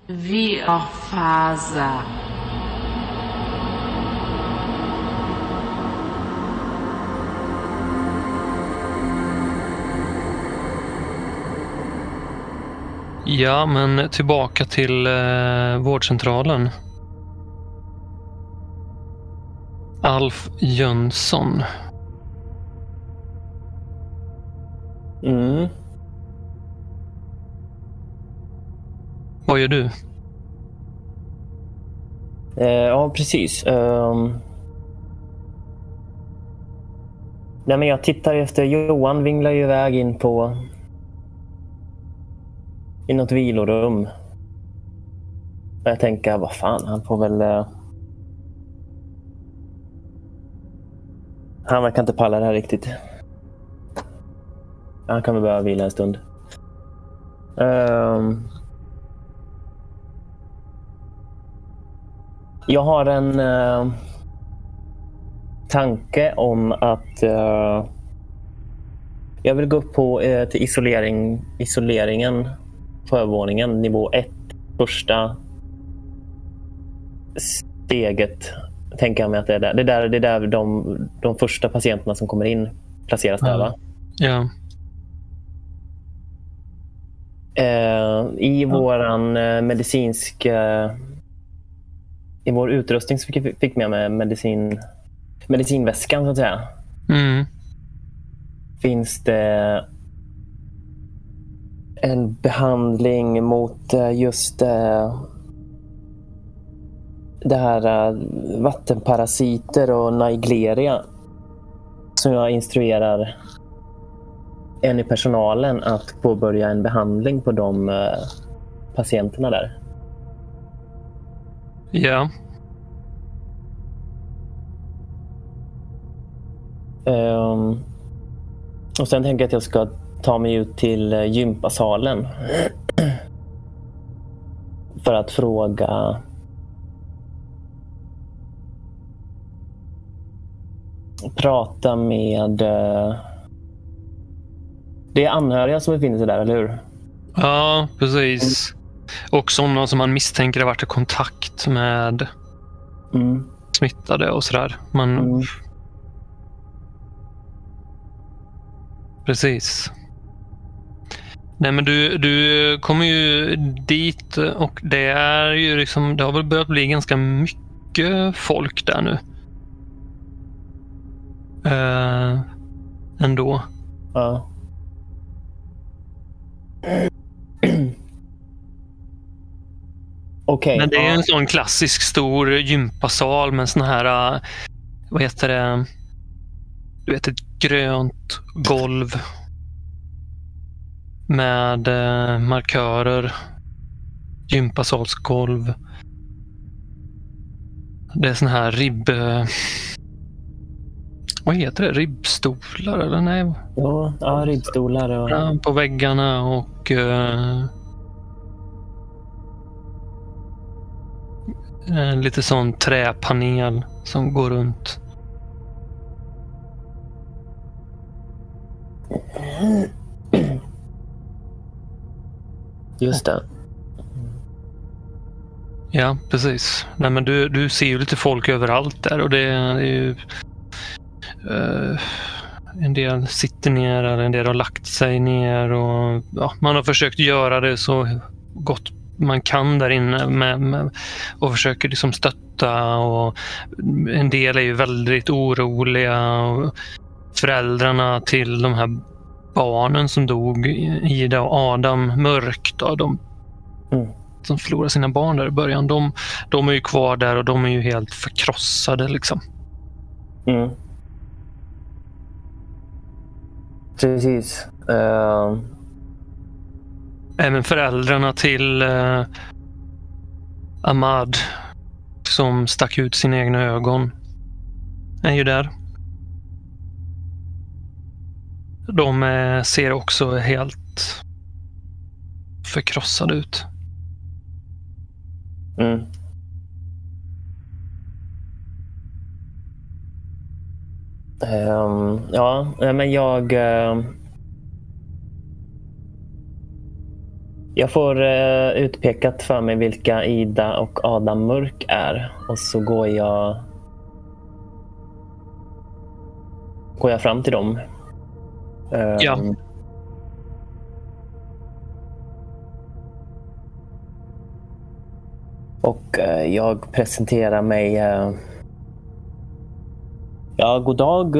VR-fasa. Ja, men tillbaka till vårdcentralen. Alf Jönsson. Mm. Vad gör du? Ja, precis. Nej, men jag tittar efter Johan vinglar ju iväg in i något vilorum. Och jag tänker, vad fan, han får väl... Han verkar inte palla det här riktigt. Han kan väl behöva vila en stund. Jag har en tanke om att jag vill gå upp till isoleringen på övervåningen, nivå 1. Första steget tänker jag mig att det är där. Det är där de första patienterna som kommer in placeras där, va? Ja. I våran i vår utrustning så fick med medicinväskan så att säga. Mm. Finns det en behandling mot just det här vattenparasiter och naegleria som jag instruerar en i personalen att påbörja en behandling på de patienterna där. Ja. Och sen tänker jag att jag ska ta mig ut till gympasalen för att prata med det är anhöriga som befinner sig där, eller hur? Ja, precis. Och sådana som man misstänker har varit i kontakt med smittade och sådär. Precis. Nej, men du kommer ju dit och det är ju liksom, det har väl börjat bli ganska mycket folk där nu. Ändå. Ja. Okej. Men det är en sån klassisk stor gympasal med såna här, vad heter det? Du vet, ett grönt golv med markörer. Gympasalsgolv. Det är sån här vad heter det? Ribbstolar eller nej? Ja, ribbstolar och... Ja, på väggarna och lite sån träpanel som går runt. Just det. Ja, precis. Nej, men du ser ju lite folk överallt där och det är ju en del sitter ner eller en del har lagt sig ner och ja, man har försökt göra det så gott man kan där inne med och försöker liksom stötta, och en del är ju väldigt oroliga, och föräldrarna till de här barnen som dog, Ida och Adam Mörk då, de som förlorade sina barn där i början, de är ju kvar där och de är ju helt förkrossade liksom. Precis. Även föräldrarna till Ahmad som stack ut sina egna ögon är ju där. De ser också helt förkrossade ut. Ja, men Jag får utpekat för mig vilka Ida och Adam Mörk är. Och så går jag fram till dem. Ja. Och jag presenterar mig. Ja, god dag.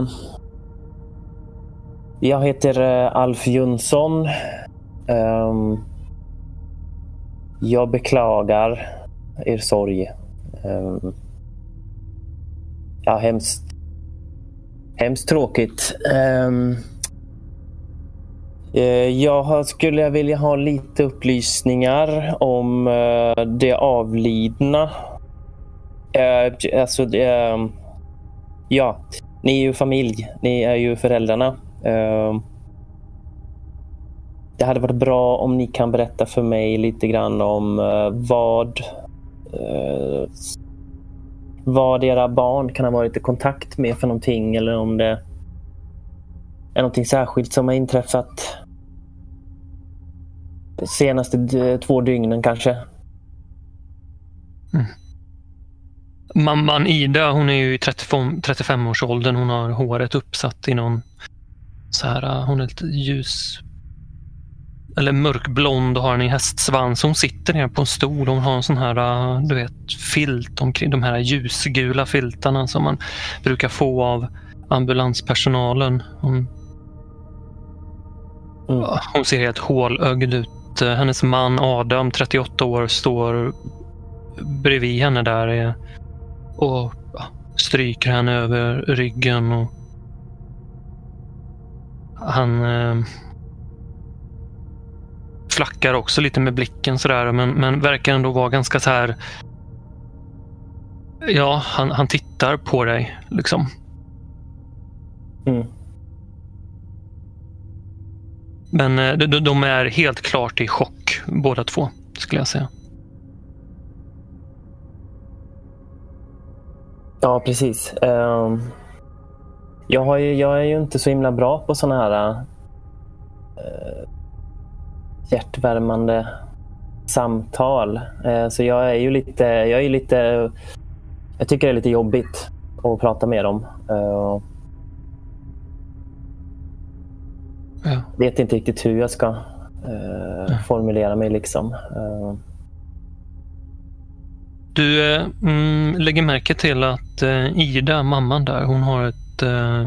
Jag heter Alf Jönsson. Jag beklagar er sorg. Ja, hemskt tråkigt. Jag skulle vilja ha lite upplysningar om det avlidna. Ja, ni är ju familj. Ni är ju föräldrarna. Det hade varit bra om ni kan berätta för mig lite grann om vad era barn kan ha varit i kontakt med för någonting, eller om det är någonting särskilt som har inträffat de senaste 2 dygnen kanske. Mamman Ida, hon är ju i 35-årsåldern. Hon har håret uppsatt i någon så här, hon är lite ljus eller mörkblond och har en i hästsvans. Hon sitter ner på en stol och hon har en sån här, du vet, filt omkring, de här ljusgula filtarna som man brukar få av ambulanspersonalen. Hon ser helt hålögd ut. Hennes man Adam, 38 år, står bredvid henne där och stryker henne över ryggen, och han flackar också lite med blicken sådär, men verkar ändå vara ganska så här. Ja, han tittar på dig liksom. Men de är helt klart i chock båda två, skulle jag säga. Ja, precis. Jag är ju inte så himla bra på såna här hjärtvärmande samtal. Så jag tycker det är lite jobbigt att prata med dem. Vet inte riktigt hur jag ska formulera mig liksom. Du lägger märke till att Ida, mamman där, hon har ett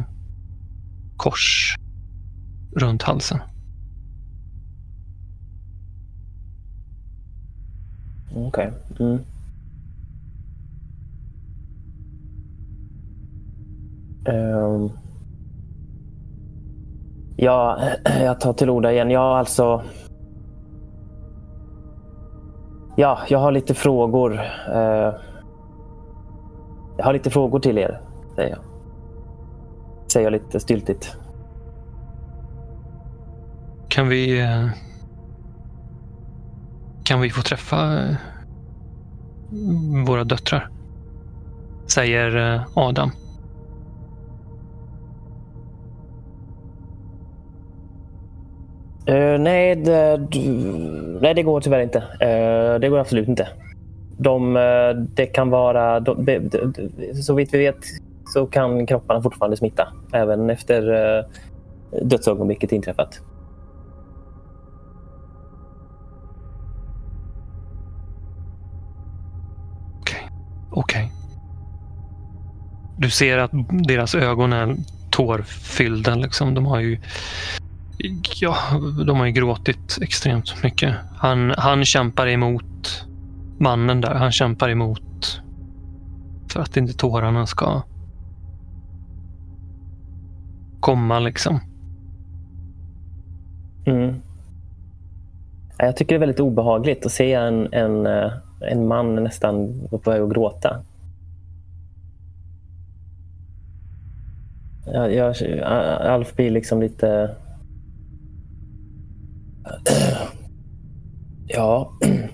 kors runt halsen. Okej. Ja, jag tar till orda igen. Jag har lite frågor. Jag har lite frågor till er, säger jag lite styltigt. Kan vi få träffa våra döttrar? Säger Adam. Nej, det går tyvärr inte. Det går absolut inte. Det kan vara... så vitt vi vet så kan kropparna fortfarande smitta. Även efter dödsögonblicket inträffat. Okej. Du ser att deras ögon är tårfyllda. Liksom. De har ju gråtit extremt mycket. Han kämpar emot mannen där. Han kämpar emot för att inte tårarna ska komma liksom. Jag tycker det är väldigt obehagligt att se en man nästan på väg att gråta. Alf blir liksom lite... Ja.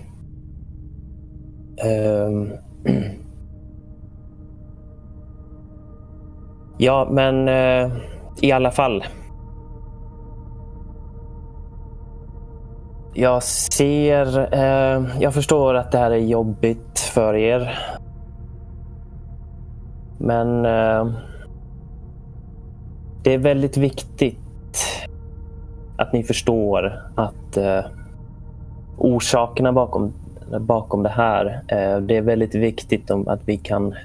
Ja, men i alla fall. Jag ser... jag förstår att det här är jobbigt för er. Men det är väldigt viktigt att ni förstår att orsakerna bakom det här, det är väldigt viktigt att vi kan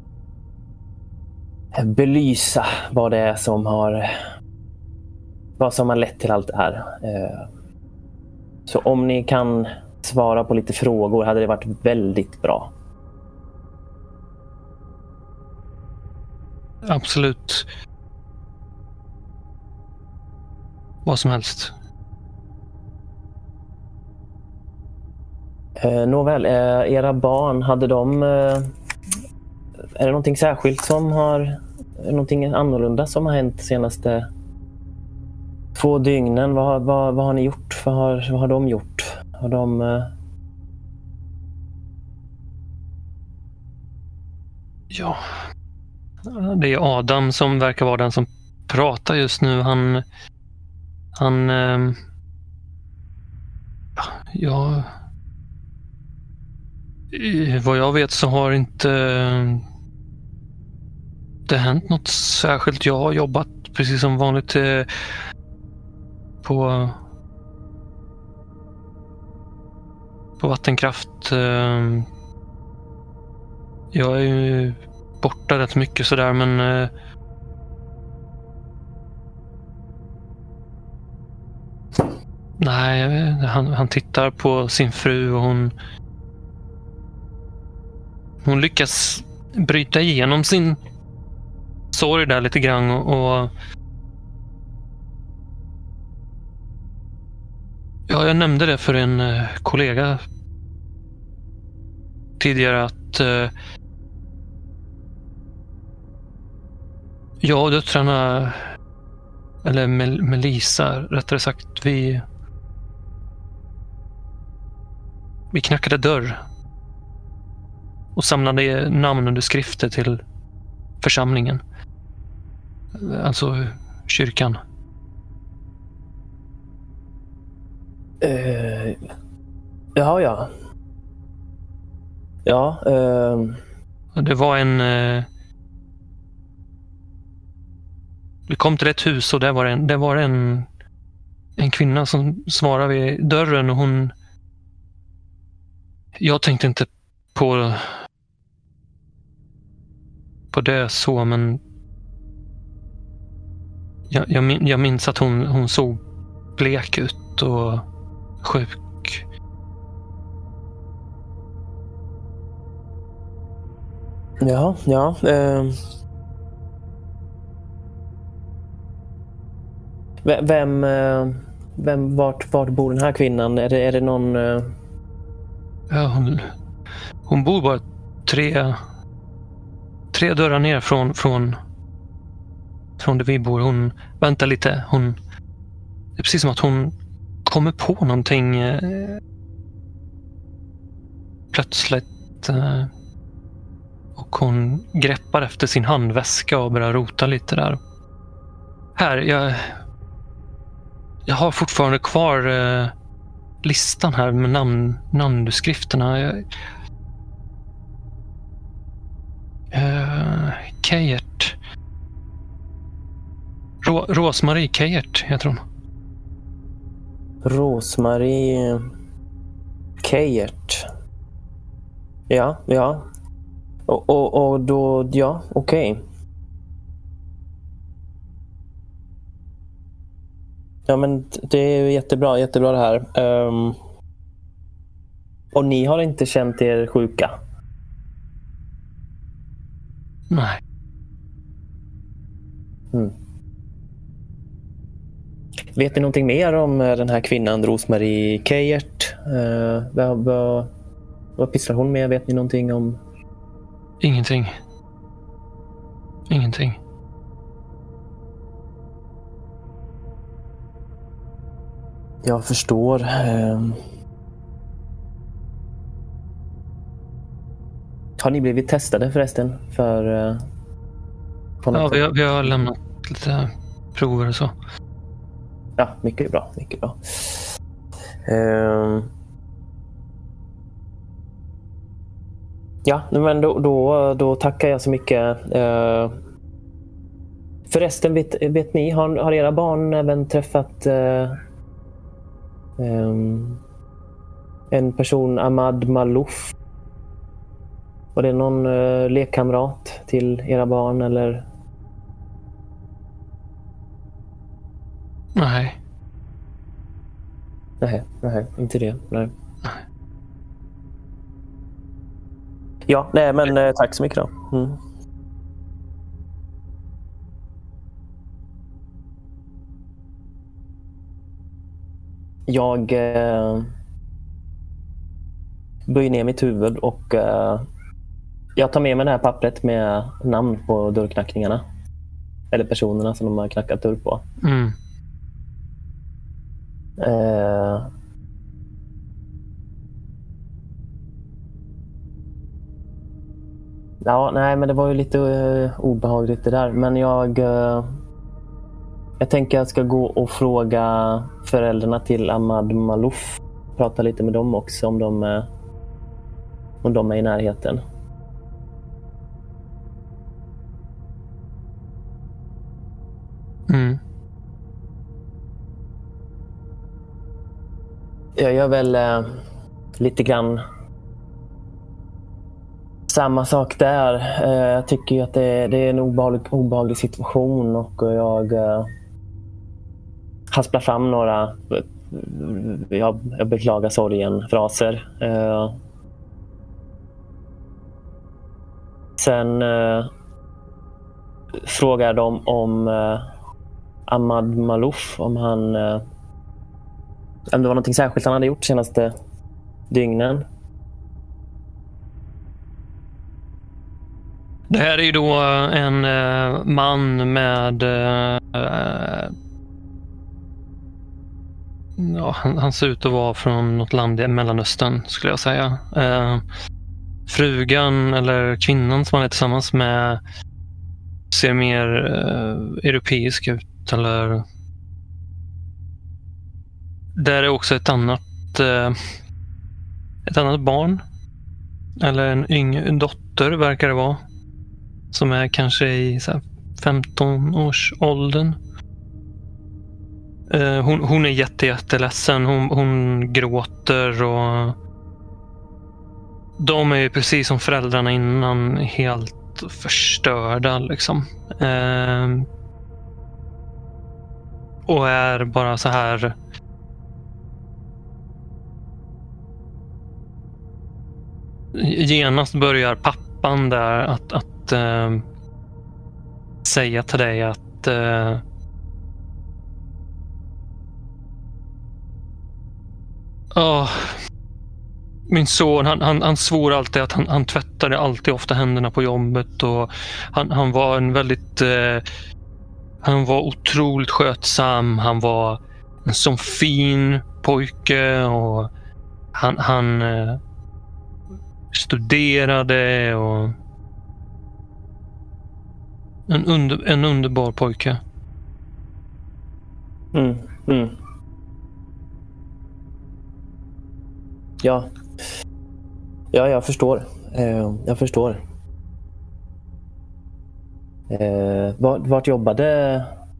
belysa vad det är som har lett till allt det här. Så om ni kan svara på lite frågor hade det varit väldigt bra. Absolut. Vad som helst. Nåväl, era barn, hade de... är det någonting särskilt som har... någonting annorlunda som har hänt de senaste 2 dygnen? Vad har ni gjort? Vad har de gjort? Har de... Ja. Det är Adam som verkar vara den som pratar just nu. Vad jag vet så har inte det hänt något särskilt. Jag har jobbat precis som vanligt på vattenkraft. Jag är ju borta rätt mycket sådär, men nej, han tittar på sin fru och hon lyckas bryta igenom sin sorg där lite grann och ja, jag nämnde det för en kollega tidigare att jag och döttrarna, eller Melissa rättare sagt, vi knackade dörr och samlade namnunderskrifter till församlingen. Alltså kyrkan. Ja. Ja. Det var vi kom till ett hus och det var en kvinna som svarade vid dörren och jag tänkte inte på det så, men jag minns att hon såg blek ut och sjuk. Ja. Vart bor den här kvinnan? Är det någon... Ja, hon bor bara tre dörrar ner från där vi bor. Vänta lite. Det är precis som att hon kommer på någonting plötsligt. Och hon greppar efter sin handväska och börjar rota lite där. Här, jag har fortfarande kvar listan här med namnunderskrifterna. Keijert. Rosmarie Keijert heter hon. Rosmarie Keijert. Ja. Och då, ja, okej. Ja, men det är jättebra det här. Och ni har inte känt er sjuka? Nej. Vet ni någonting mer om den här kvinnan, Rosmarie Keijert? Vad pysslar hon med? Vet ni någonting om? Ingenting. Jag förstår. Har ni blivit testade förresten? Ja, vi har lämnat lite prover och så. Ja, mycket bra. Ja, men då tackar jag så mycket. Förresten, vet ni, har era barn även träffat en person, Ahmad Malouf? Var det någon lekkamrat till era barn eller? Nej. Nej, inte det. Nej. Ja, nej, men tack så mycket då. Mm. Jag böjer ner mitt huvud och jag tar med mig det här pappret med namn på dörrknackningarna. Eller personerna som de har knackat dörr på. Mm. Ja, nej, men det var ju lite obehagligt det där. Men jag tänker jag ska gå och fråga föräldrarna till Ahmad Malouf. Prata lite med dem också om de är i närheten. Mm. Jag gör väl lite grann samma sak där. Jag tycker ju att det är en obehaglig situation och jag hasplar fram några jag beklagar sorgen-fraser. Sen frågar de om Ahmad Malouf, om det var någonting särskilt han hade gjort senaste dygnen. Det här är ju då en man med han ser ut att vara från något land i Mellanöstern skulle jag säga. Frugan eller kvinnan som han är tillsammans med ser mer europeisk ut, eller där är också ett annat barn eller en dotter verkar det vara, som är kanske i 15-årsåldern. Hon är jätteledsen. Hon gråter och de är ju precis som föräldrarna innan helt förstörda liksom. Och är bara så här. Genast börjar pappan där att säga till dig att min son, han svor alltid att han tvättade alltid ofta händerna på jobbet och han var en väldigt han var otroligt skötsam. Han var en sån fin pojke och han studerade och en underbar pojke. Ja, jag förstår. Jag förstår. Vart jobbade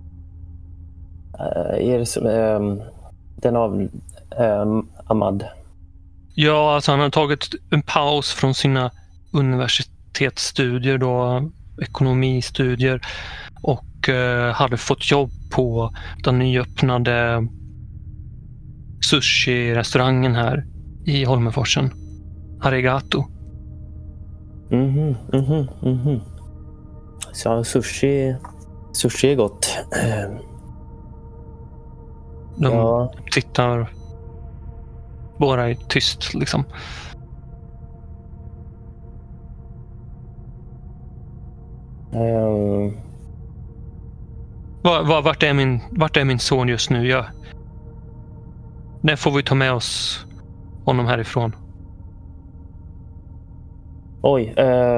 den av Ahmad? Ja, alltså han har tagit en paus från sina universitetsstudier då, ekonomistudier, och hade fått jobb på den nyöppnade sushi-restaurangen här i Holmenforsen. Arigato. Så sushi är gott. De tittar bara i tyst liksom. Vart är min son just nu? När får vi ta med oss honom härifrån? Oj.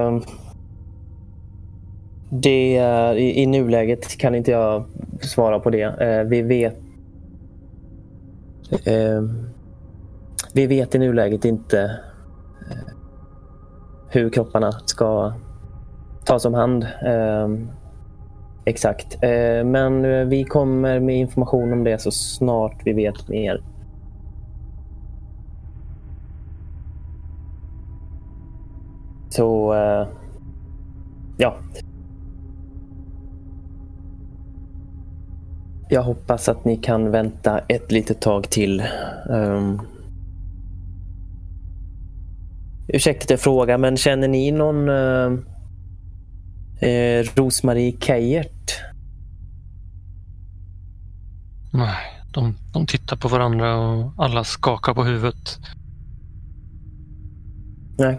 I nuläget kan inte jag svara på det. Vi vet Vi vet i nuläget inte hur kropparna ska tas om hand. Exakt. Men vi kommer med information om det så snart vi vet mer. Så ja. Jag hoppas att ni kan vänta ett litet tag till. Ursäkta att jag frågar, men känner ni någon Rosmarie Keijert? Nej, de tittar på varandra och alla skakar på huvudet. Nej.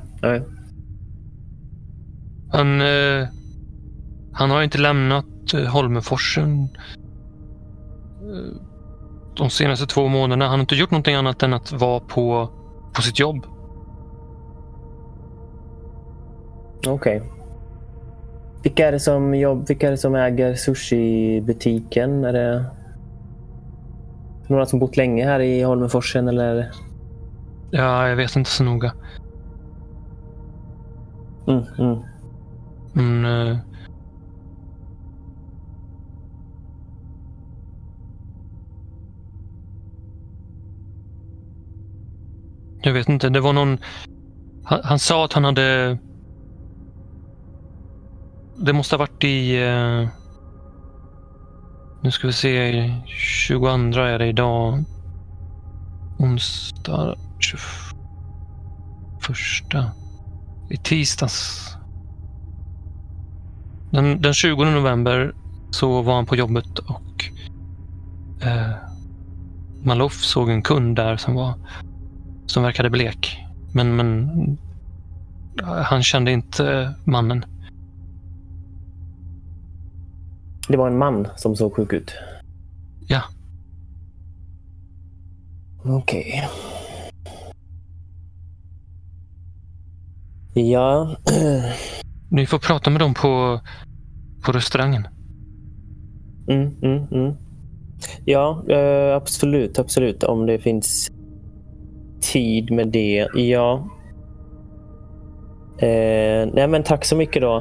Han har inte lämnat Holmenforsen de senaste 2 månaderna. Han har inte gjort någonting annat än att vara på sitt jobb. Okej. Vilka är det som äger sushi-butiken? Är det några som bott länge här i Holmenforsen eller? Ja, jag vet inte så noga. Men jag vet inte, det var någon... Han sa att han hade... Det måste ha varit i... Nu ska vi se, 22 är det idag. Onsdag 21. I tisdags. Den 20 november så var han på jobbet och Malof såg en kund där som verkade blek. Men han kände inte mannen. Det var en man som såg sjuk ut? Ja. Okej. Ja. Ni får prata med dem på restaurangen. Ja, absolut. Om det finns tid med det. Ja. Nej, men tack så mycket då.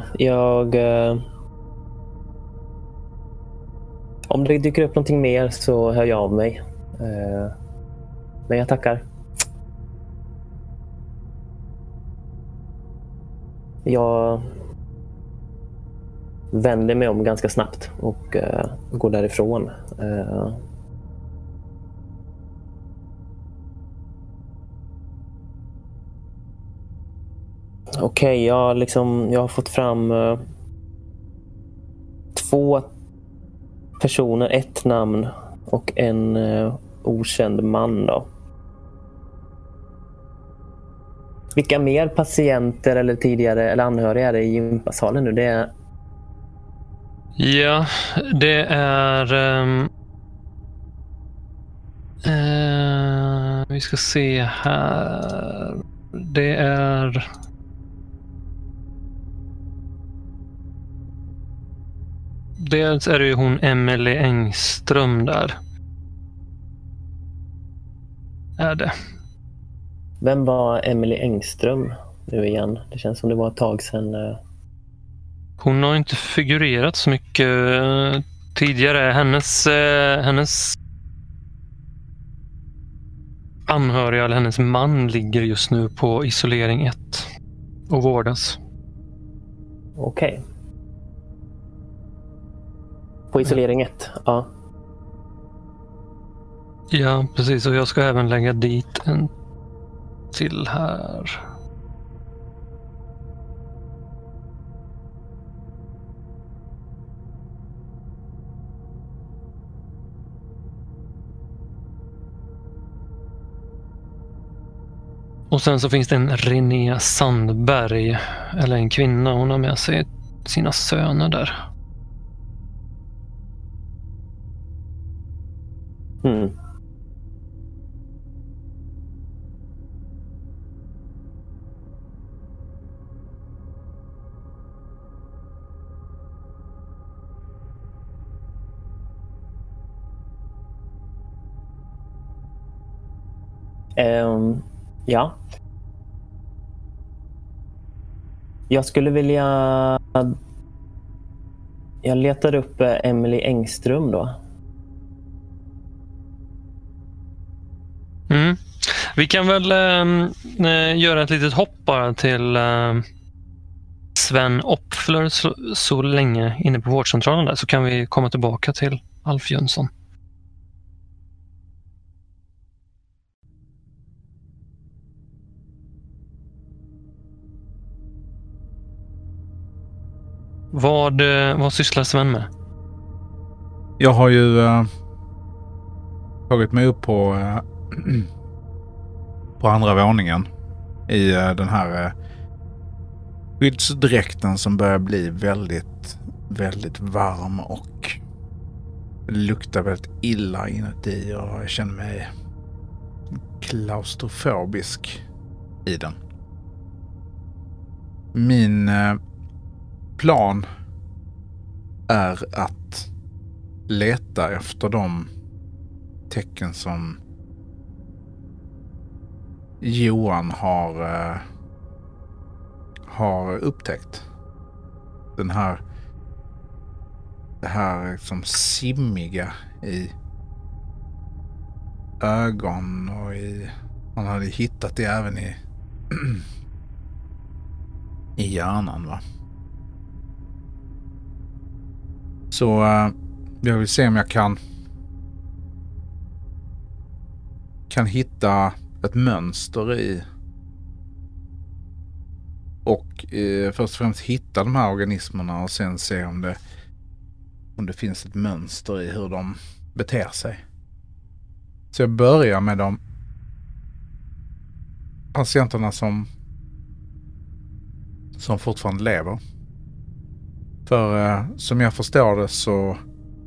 Om det dyker upp någonting mer så hör jag av mig. Men jag tackar. Jag vänder mig om ganska snabbt och går därifrån. Okej, jag har fått fram 2 personer, 1 namn och en okänd man då. Vilka mer patienter eller tidigare eller anhöriga är det i gympasalen nu? Det är... Ja, det är... vi ska se här. Det är... Dels är det ju hon Emelie Engström där. Är det. Vem var Emelie Engström nu igen? Det känns som det var ett tag sedan. Hon har inte figurerat så mycket tidigare. Hennes anhöriga eller hennes man ligger just nu på isolering 1 och vårdas. Okej. På isolering 1, ja. Ja, precis. Och jag ska även lägga dit en till här. Och sen så finns det en Renée Sandberg, eller en kvinna. Hon har med sig sina söner där. Ja. Jag skulle vilja... Jag letar upp Emily Engström då. Vi kan väl göra ett litet hopp bara till Sven Opfler så länge inne på vårdcentralen där, så kan vi komma tillbaka till Alf Jönsson. Vad sysslar Sven med? Jag har ju tagit mig upp på andra våningen i den här skyddsdräkten som börjar bli väldigt, väldigt varm och luktar väldigt illa inuti, och jag känner mig klaustrofobisk i den. Min plan är att leta efter de tecken som Johan har upptäckt. Det här liksom simmiga i ögon, och man hade hittat det även i hjärnan, va? Så jag vill se om jag kan hitta ett mönster i, och först och främst hitta de här organismerna och sen se om det finns ett mönster i hur de beter sig. Så jag börjar med de patienterna som fortfarande lever. För som jag förstår det så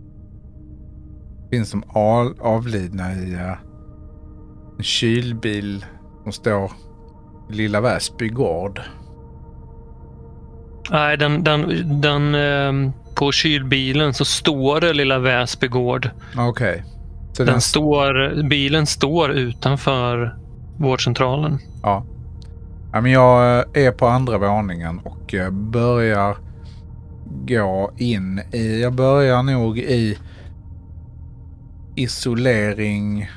finns de avlidna i en kylbil som står i Lilla Väsby gård. Nej, den på kylbilen så står det Lilla Väsby gård. Okej. Så bilen står utanför vårdcentralen. Ja. Ja, men jag är på andra våningen och börjar gå in i... Jag börjar nog i isolering...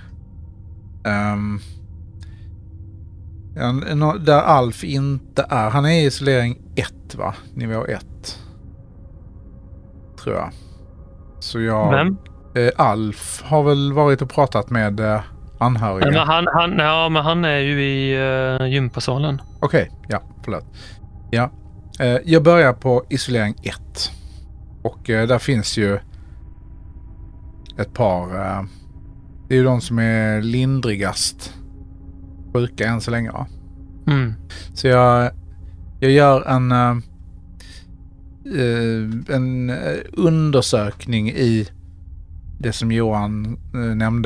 där Alf inte är. Han är i isolering 1, va? Nivå 1. Tror jag. Så jag... Vem? Alf har väl varit och pratat med anhöriga. Men han är ju i gympasalen. Okej, ja, förlåt. Ja. Jag börjar på isolering 1. Och där finns ju ett par... det är ju de som är lindrigast sjuka än så länge, va? Mm. Så jag gör en undersökning i det som Johan nämnde,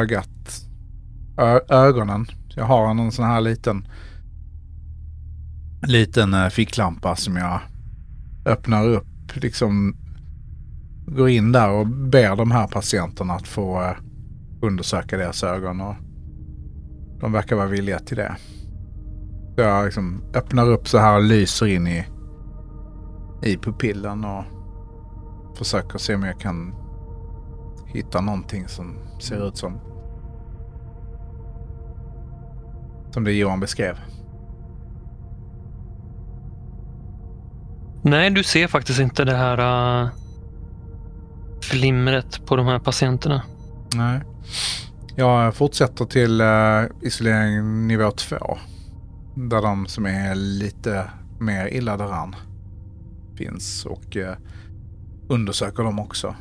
ögonen. Så jag har någon sån här liten ficklampa som jag öppnar upp, liksom går in där och ber de här patienterna att få undersöka deras ögon, och de verkar vara villiga till det. Så jag liksom öppnar upp så här och lyser in i pupillen och försöker se om jag kan hitta någonting som ser ut som det Johan beskrev. Nej, du ser faktiskt inte det här flimret på de här patienterna. Nej. Jag fortsätter till isolering nivå 2. Där de som är lite mer illa däran finns, och undersöker dem också.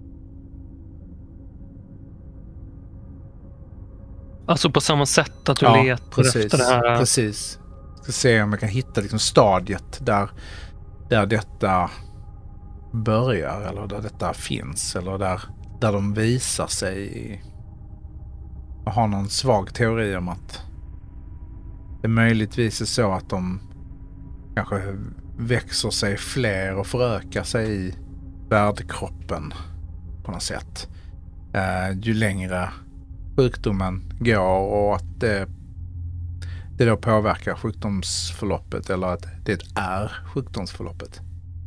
Alltså på samma sätt att du letar efter det här. Precis. Ska se om jag kan hitta liksom stadiet där detta börjar, eller där detta finns, eller där de visar sig. Jag har någon svag teori om att det möjligtvis är så att de kanske växer sig fler och förökar sig i värdkroppen på något sätt. Ju längre sjukdomen går och att det då påverkar sjukdomsförloppet eller att det är sjukdomsförloppet.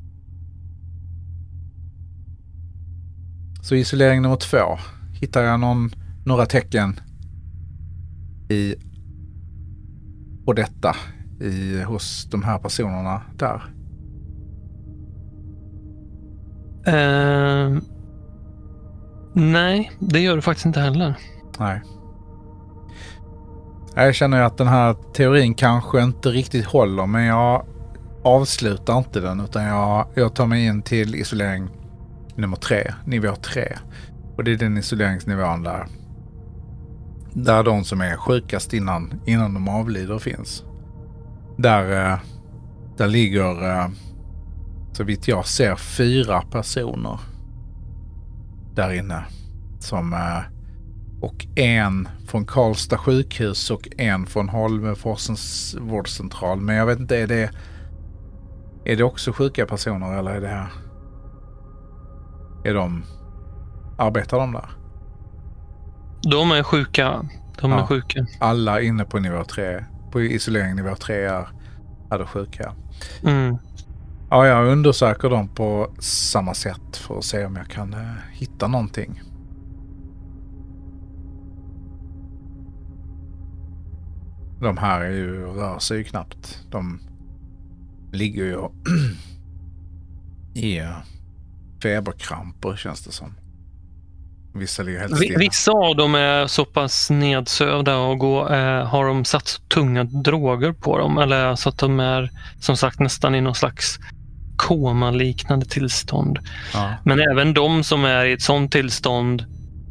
Så isolering nummer 2. Hittar jag några tecken på detta hos de här personerna där? Nej, det gör du faktiskt inte heller. Nej. Jag känner ju att den här teorin kanske inte riktigt håller, men jag avslutar inte den utan jag tar mig in till isolering nummer 3, nivå 3. Och det är den isoleringsnivån där de som är sjukast innan de avlider finns. Där ligger, så vitt jag ser, 4 personer där inne och en från Karlstad sjukhus och en från Holmeforsens vårdcentral. Men jag vet inte, är det också sjuka personer eller arbetar de där? De är sjuka. Är sjuka. Alla inne på nivå 3, på isolering nivå 3 är då sjuka. Mm. Ja, jag undersöker dem på samma sätt för att se om jag kan hitta någonting. De här rör sig ju knappt. De ligger ju i feberkramper, känns det som. Vissa ligger helt stilla. Vissa av dem är så pass nedsövda och har de satt så tunga droger på dem, eller så att de är som sagt nästan i någon slags koma-liknande tillstånd. Ja. Men även de som är i ett sådant tillstånd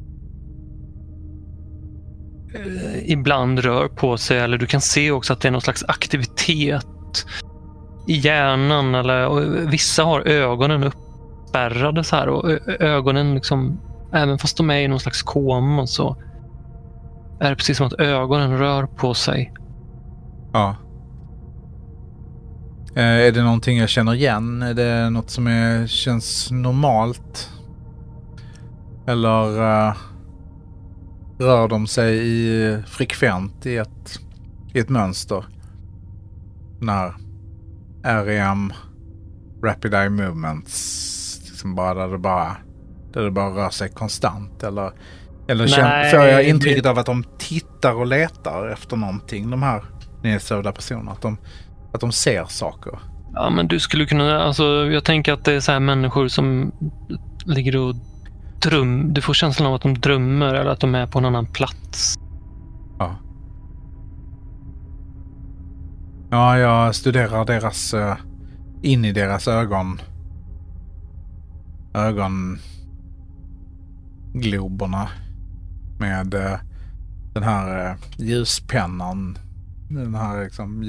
ibland rör på sig, eller du kan se också att det är någon slags aktivitet i hjärnan, och vissa har ögonen uppspärrade så här, och ögonen liksom, även fast de är i någon slags koma så är det precis som att ögonen rör på sig. Ja. Är det någonting jag känner igen? Är det något som känns normalt? Eller rör de sig frekvent i ett mönster? När REM, Rapid Eye Movements, liksom där det bara rör sig konstant? Eller får jag intrycket av att de tittar och letar efter någonting, de här nedsövda personerna? Att de ser saker? Ja, men du skulle kunna, jag tänker att det är så här människor som ligger och du får känslan av att de drömmer eller att de är på en annan plats. Ja. Ja, jag studerar deras in i deras ögongloberna med den här ljuspennan, den här liksom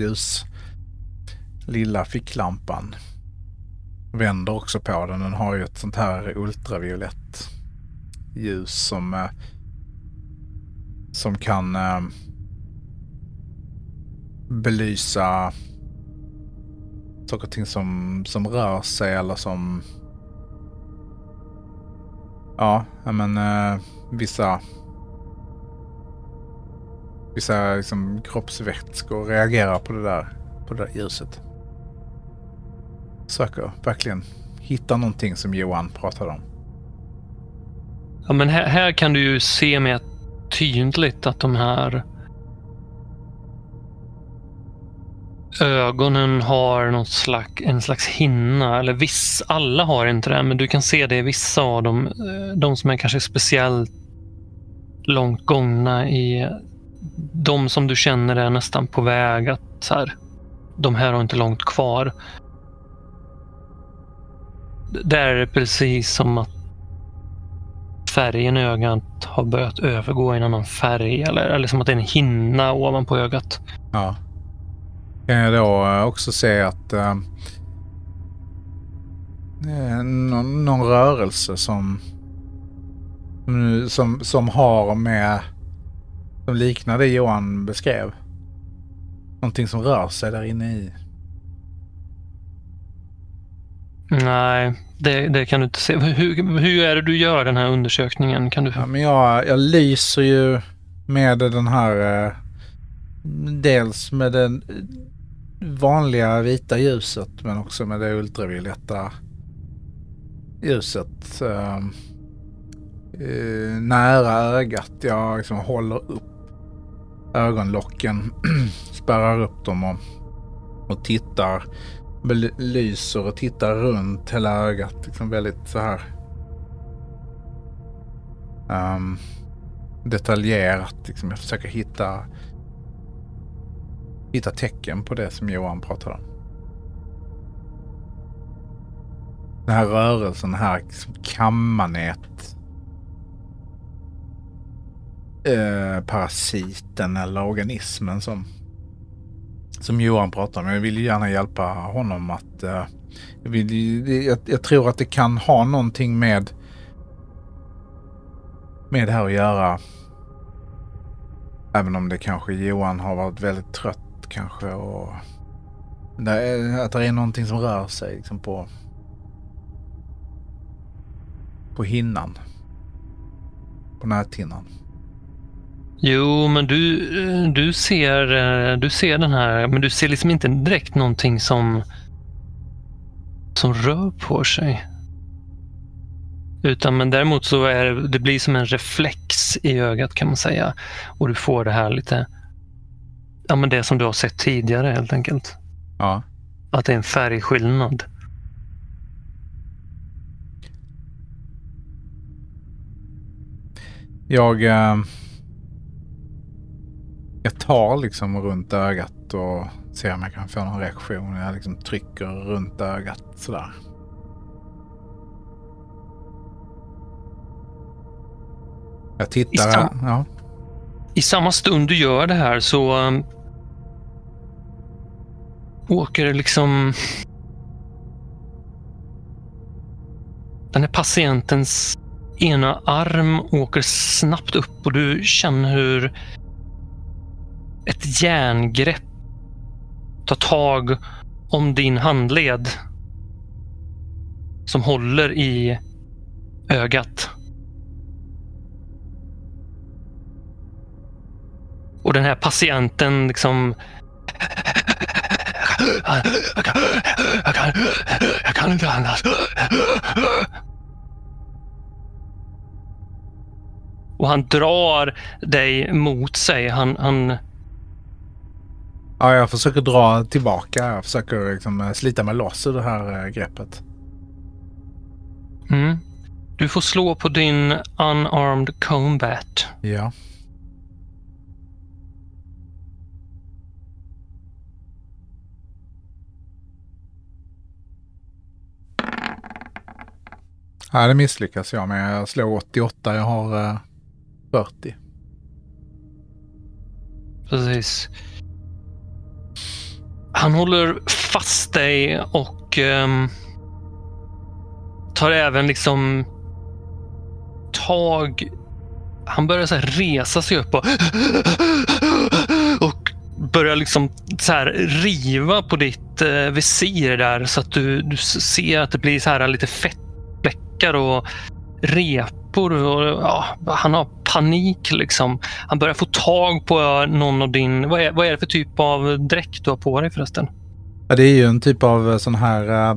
lilla ficklampan. Vänder också på den. Den har ju ett sånt här ultraviolett ljus som kan belysa saker och ting som rör sig eller som vissa liksom kroppsvätskor reagerar på det där ljuset. Söker verkligen hitta någonting som Johan pratade om. Ja, men här kan du ju se mer tydligt att de här ögonen har en slags hinna, eller alla har inte det, men du kan se det i vissa av dem, de som är kanske speciellt långt gångna, i de som du känner är nästan på väg att så här, de här har inte långt kvar. Där är det precis som att färgen i ögat har börjat övergå i en annan färg, eller som att det är en hinna ovanpå ögat. Ja. Kan jag då också se att någon rörelse som har med, som liknar det Johan beskrev, någonting som rör sig där inne i? Nej, det kan du inte se. Hur är det du gör den här undersökningen? Kan du... Ja, men jag lyser ju med den här dels med det vanliga vita ljuset men också med det ultravioletta ljuset nära ögat. Jag liksom håller upp ögonlocken, spärrar upp dem och tittar, lyser och tittar runt hela ögat. Liksom väldigt så här detaljerat. Liksom jag försöker hitta tecken på det som Johan pratade om. Den här rörelsen här, liksom kammanät, parasiten eller organismen som Johan pratar om. Jag vill gärna hjälpa honom att jag tror att det kan ha någonting med det här att göra, även om det kanske Johan har varit väldigt trött kanske, och att det är någonting som rör sig liksom på hinnan, på näthinnan. Jo, men du ser den här, men du ser liksom inte direkt någonting som rör på sig. Men däremot så det blir som en reflex i ögat kan man säga. Och du får det här lite, ja men det som du har sett tidigare helt enkelt. Ja. Att det är en färgskillnad. Jag tar liksom runt ögat och ser om jag kan få någon reaktion. Jag liksom trycker runt ögat sådär. Jag tittar. I samma stund du gör det här så åker det liksom den här patientens ena arm åker snabbt upp och du känner hur ett järngrepp tar tag om din handled som håller i ögat. Och den här patienten liksom jag kan inte andas. Och han drar dig mot sig. Ja, jag försöker dra tillbaka. Jag försöker liksom slita mig loss ur det här greppet. Mm. Du får slå på din unarmed combat. Ja. Ja, det misslyckas jag med. Jag slår 88, jag har 40. Precis. Han håller fast dig och tar även liksom tag. Han börjar så här resa sig upp och börjar liksom så här riva på ditt visir där så att du ser att det blir så här lite fettfläckar och repor och ja, han har panik liksom. Han börjar få tag på någon av din... Vad är det för typ av dräkt du har på dig förresten? Ja, det är ju en typ av sån här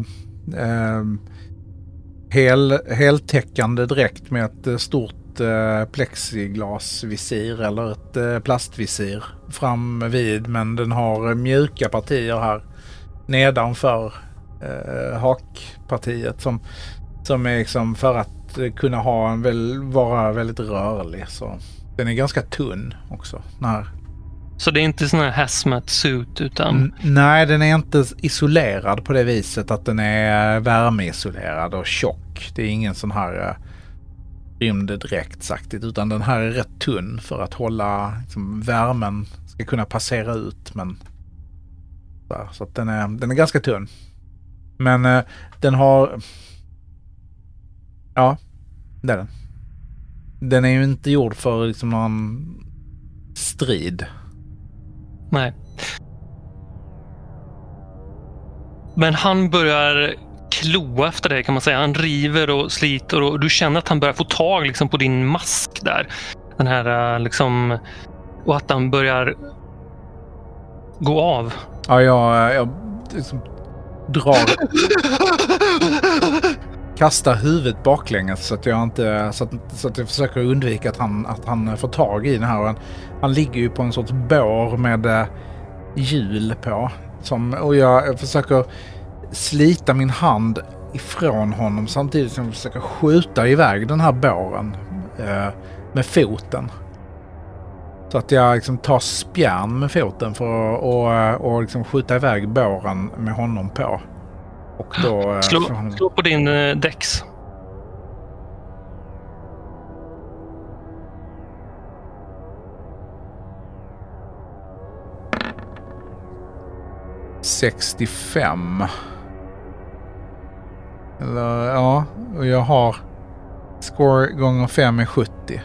heltäckande dräkt med ett stort plexiglasvisir eller ett plastvisir fram vid, men den har mjuka partier här nedanför hakpartiet som är liksom för att kunna vara väldigt rörlig, så den är ganska tunn också. Så det är inte sån här hazmat suit utan... Nej, den är inte isolerad på det viset att den är värmeisolerad och tjock. Det är ingen sån här rymddräkt saktigt, utan den här är rätt tunn för att hålla liksom, värmen ska kunna passera ut, men så att den är ganska tunn. Men den har... Ja, det är den. Den är ju inte gjord för liksom någon strid. Nej. Men han börjar kloa efter dig kan man säga. Han river och sliter och du känner att han börjar få tag liksom på din mask där. Den här liksom... Och att han börjar gå av. Ja, jag liksom drar... kastar huvudet baklänges så att jag inte... Så att jag försöker undvika att han får tag i den här. Han ligger ju på en sorts bår med hjul på. Och jag försöker slita min hand ifrån honom samtidigt som jag försöker skjuta iväg den här båren med foten. Så att jag liksom tar spjärn med foten för att liksom skjuta iväg båren med honom på. Och då... Slå på din dex. ...65. Eller ja, och jag har... Score gånger 5 är 70.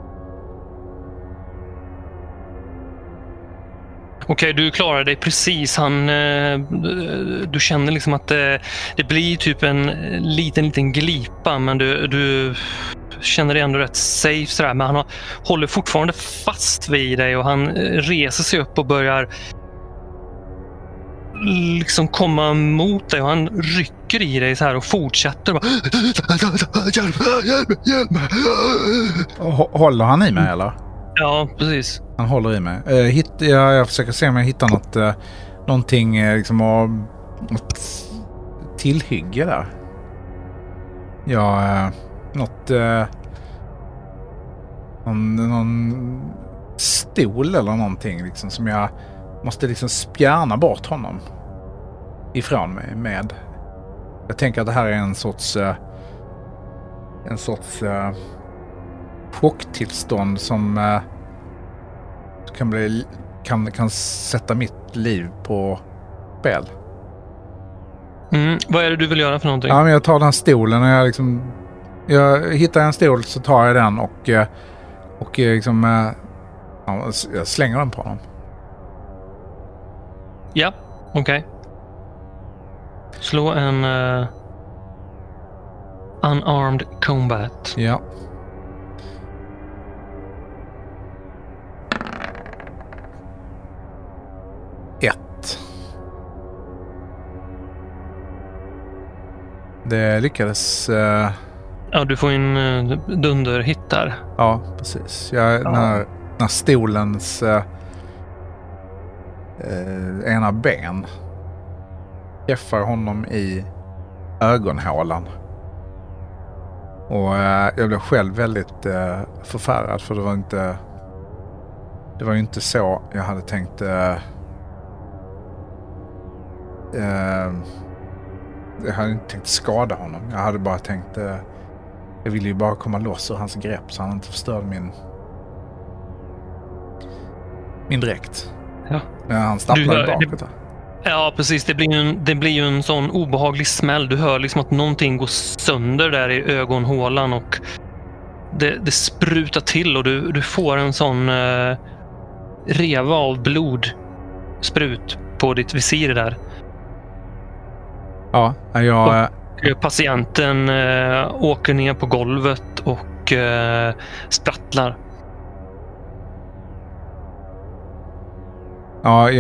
Okej, du klarar dig precis. Du känner liksom att det blir typ en liten glipa, men du känner dig ändå rätt safe sådär. Men han håller fortfarande fast vid dig och han reser sig upp och börjar liksom komma mot dig och han rycker i dig så här och fortsätter. Håller han i mig eller? Ja, precis. Han håller i mig. Jag försöker se om jag hittar någonting liksom något tillhygge där. Ja, någon stol eller någonting liksom som jag måste liksom spjärna bort honom ifrån mig med. Jag tänker att det här är en sorts chocktillstånd som kan sätta mitt liv på spel. Vad är det du vill göra för någonting? Ja, men jag tar den stolen och jag hittar en stol så tar jag den och liksom jag slänger den på honom. Ja, okej. Slå en unarmed combat. Ja. Det lyckades... Ja, du får en dunderhit där. Ja, precis. När stolens ena ben träffar honom i ögonhålan. Och jag blev själv väldigt förfärad för det var ju inte så jag hade tänkt jag hade inte tänkt skada honom. Jag hade bara tänkt jag ville ju bara komma loss ur hans grepp så han inte förstörde min dräkt. Ja. Han stapplade bakåt. Ja, precis. Det blir ju en sån obehaglig smäll. Du hör liksom att någonting går sönder där i ögonhålan och det sprutar till och du får en sån reva av blod sprut på ditt visir där. Ja, patienten åker ner på golvet och sprattlar. Ja,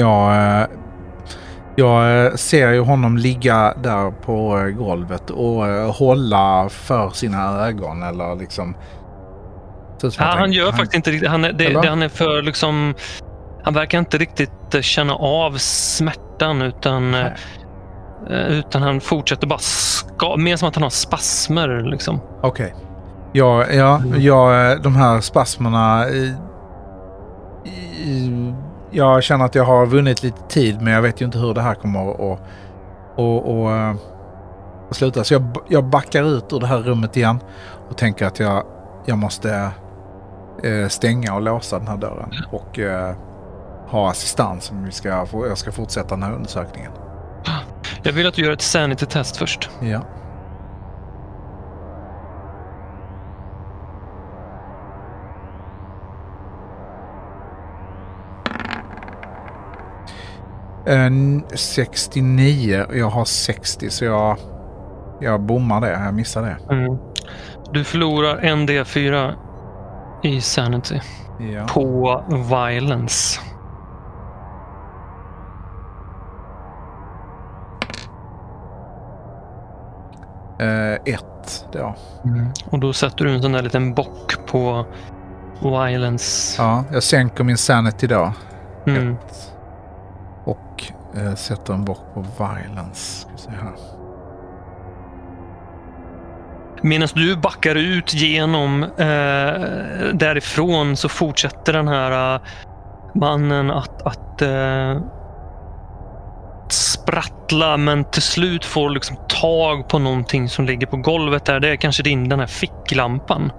jag ser ju honom ligga där på golvet och hålla för sina ögon eller liksom... Han gör faktiskt inte riktigt. Han är för liksom... Han verkar inte riktigt känna av smärtan utan han fortsätter bara mer som att han har spasmer liksom. Okej. De här spasmerna jag känner att jag har vunnit lite tid men jag vet ju inte hur det här kommer att sluta. Så jag backar ut ur det här rummet igen och tänker att jag måste stänga och låsa den här dörren och ha assistans om jag ska fortsätta den här undersökningen. Jag vill att du gör ett sanity-test först. Ja. En 69 och jag har 60 så jag bommar det. Jag missar det. Du förlorar en D4 i Sanity. Ja. På Violence. Ett då. Och då sätter du en sån där liten bock på Violence. Ja, jag sänker min sanity då. Mm. Ett. Och sätter en bock på Violence. Ska vi se här. Medan du backar ut genom därifrån så fortsätter den här mannen att sprattla, men till slut får liksom tag på någonting som ligger på golvet där. Det är kanske den här ficklampan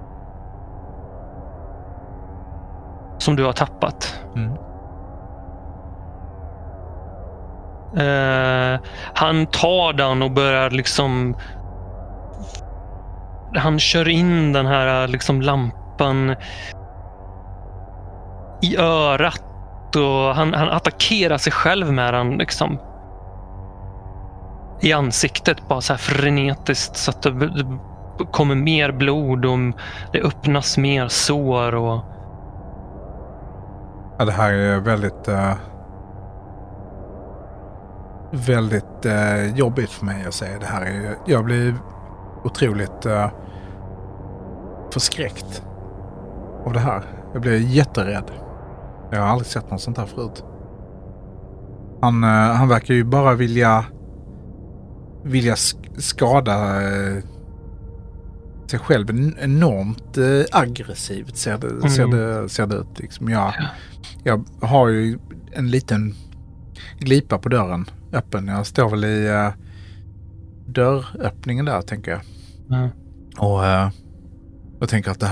som du har tappat. Han tar den och börjar liksom, han kör in den här liksom lampan i örat och han attackerar sig själv med den liksom i ansiktet, bara så här frenetiskt, så att det kommer mer blod och det öppnas mer sår. Och Ja, det här är väldigt jobbigt för mig att säga. Det här är, jag blir otroligt förskräckt av det här. Jag blir jätterädd. Jag har aldrig sett något sånt här förut. Han verkar ju bara vilja skada sig själv enormt aggressivt ser det ut. Liksom. Jag har ju en liten glipa på dörren öppen. Jag står väl i dörröppningen där, tänker jag. Och jag tänker att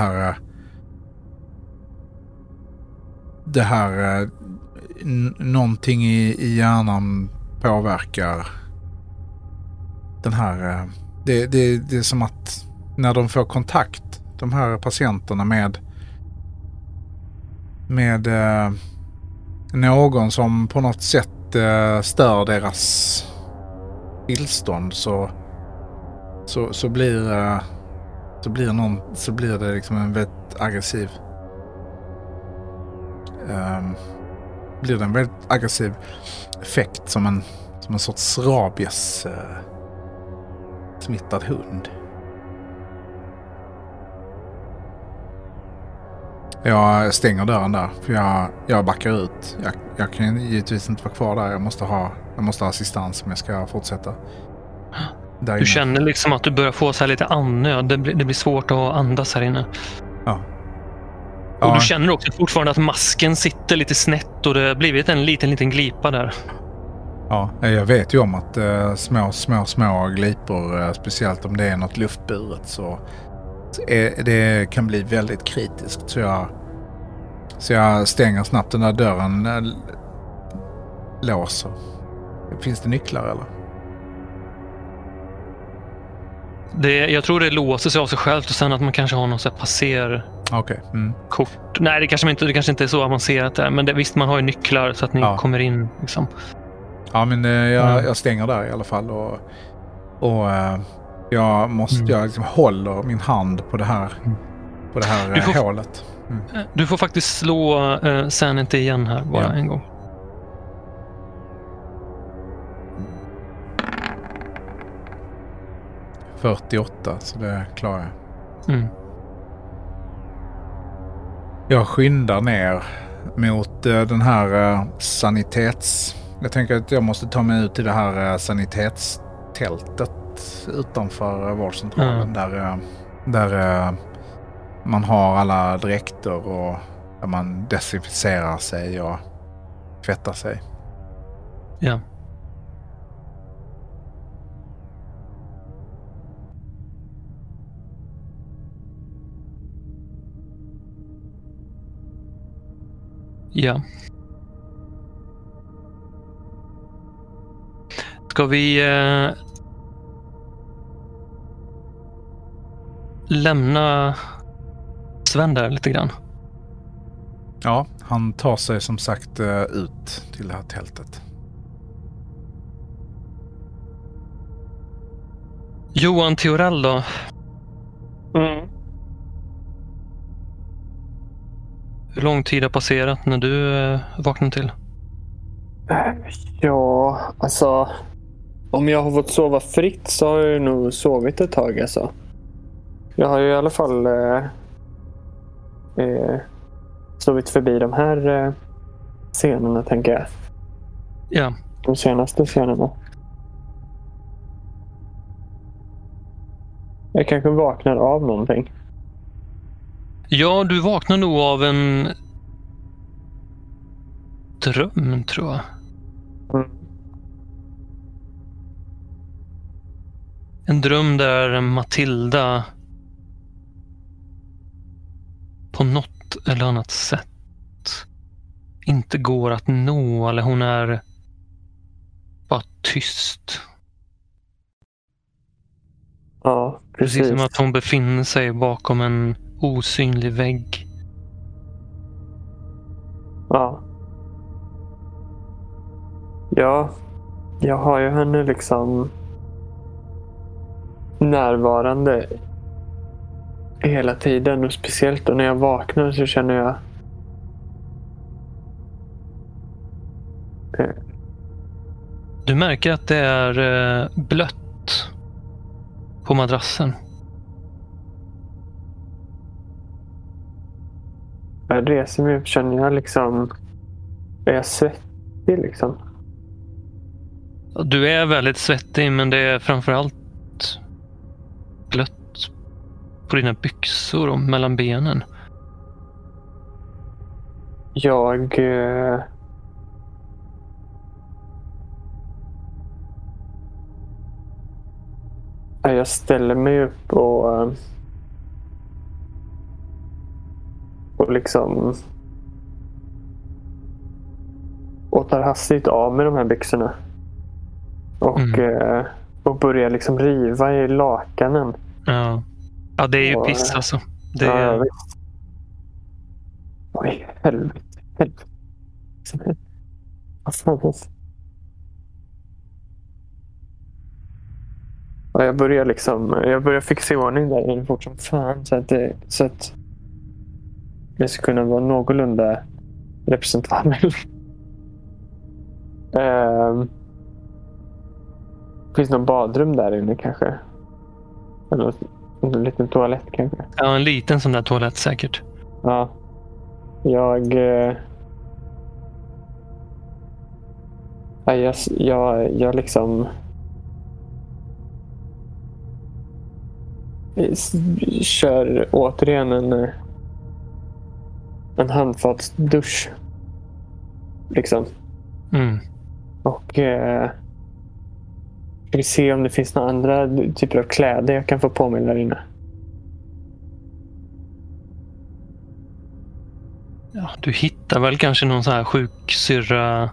det här någonting i hjärnan påverkar den här. Det är som att när de får kontakt, de här patienterna, med någon som på något sätt stör deras tillstånd, så blir det liksom en väldigt aggressiv blir det en väldigt aggressiv effekt, som en sorts rabies smittad hund. Jag stänger dörren där, för jag backar ut. Jag kan givetvis inte vara kvar där. Jag måste ha assistans om jag ska fortsätta. Du känner liksom att du börjar få så här lite andnöd. Det blir svårt att andas här inne. Ja. Och du känner också fortfarande att masken sitter lite snett och det har blivit en liten glipa där. Ja, jag vet ju om att små glipor, speciellt om det är något luftburet, så det kan bli väldigt kritiskt. Så jag stänger snabbt den där dörren, låser. Finns det nycklar eller? Jag tror det låser sig av sig självt, och sen att man kanske har någon så här passer. Okej. Kort. Nej, det kanske inte är så avancerat där, men visst, man har ju nycklar så att ni kommer in liksom. Ja, men jag stänger där i alla fall, och jag liksom håller min hand på det här hålet. Du får faktiskt slå sanity igen här bara en gång. — 48, så det klarar jag. Jag skyndar ner mot den här Jag tänker att jag måste ta mig ut till det här sanitetstältet utanför vårdcentralen, där man har alla dräkter och där man desinficerar sig och tvättar sig. Ja. Ja. Ska vi lämna Sven där lite grann? Ja, han tar sig som sagt ut till det här tältet. Johan Theorell då? lång tid har passerat när du vaknar till? Ja, alltså... Om jag har fått sova fritt så har jag nog sovit ett tag. Alltså. Jag har ju i alla fall sovit förbi de här scenerna, tänker jag. Ja. De senaste scenerna. Jag kanske vaknar av någonting. Ja, du vaknar nog av en dröm, tror jag. Mm. En dröm där Matilda på något eller annat sätt inte går att nå, eller hon är bara tyst. Ja, precis. Precis som att hon befinner sig bakom en osynlig vägg. Ja. Ja, jag har ju henne liksom närvarande hela tiden, och speciellt då när jag vaknar så känner jag Du märker att det är blött på madrassen. jag reser mig upp, känner jag liksom, är jag svettig liksom? Du är väldigt svettig, men det är framförallt blött på dina byxor och mellan benen. Jag ställer mig upp och liksom och tar hastigt av med de här byxorna och börjar liksom riva i lakanen. Ja, det är ju piss alltså. Det är... Ja, visst. Oj, helvete. Vad fan. Ja, jag börjar fixa i ordning där fort som fan så att det ska kunna vara någorlunda representabel. Finns det någon badrum där inne kanske? Eller en liten toalett kanske? Ja, en liten sån där toalett säkert. Ja. Jag liksom kör återigen en handfatsdusch liksom. Och ska vi se om det finns några andra typer av kläder jag kan få på mig där inne. Ja, du hittar väl kanske någon sån här sjuksyrra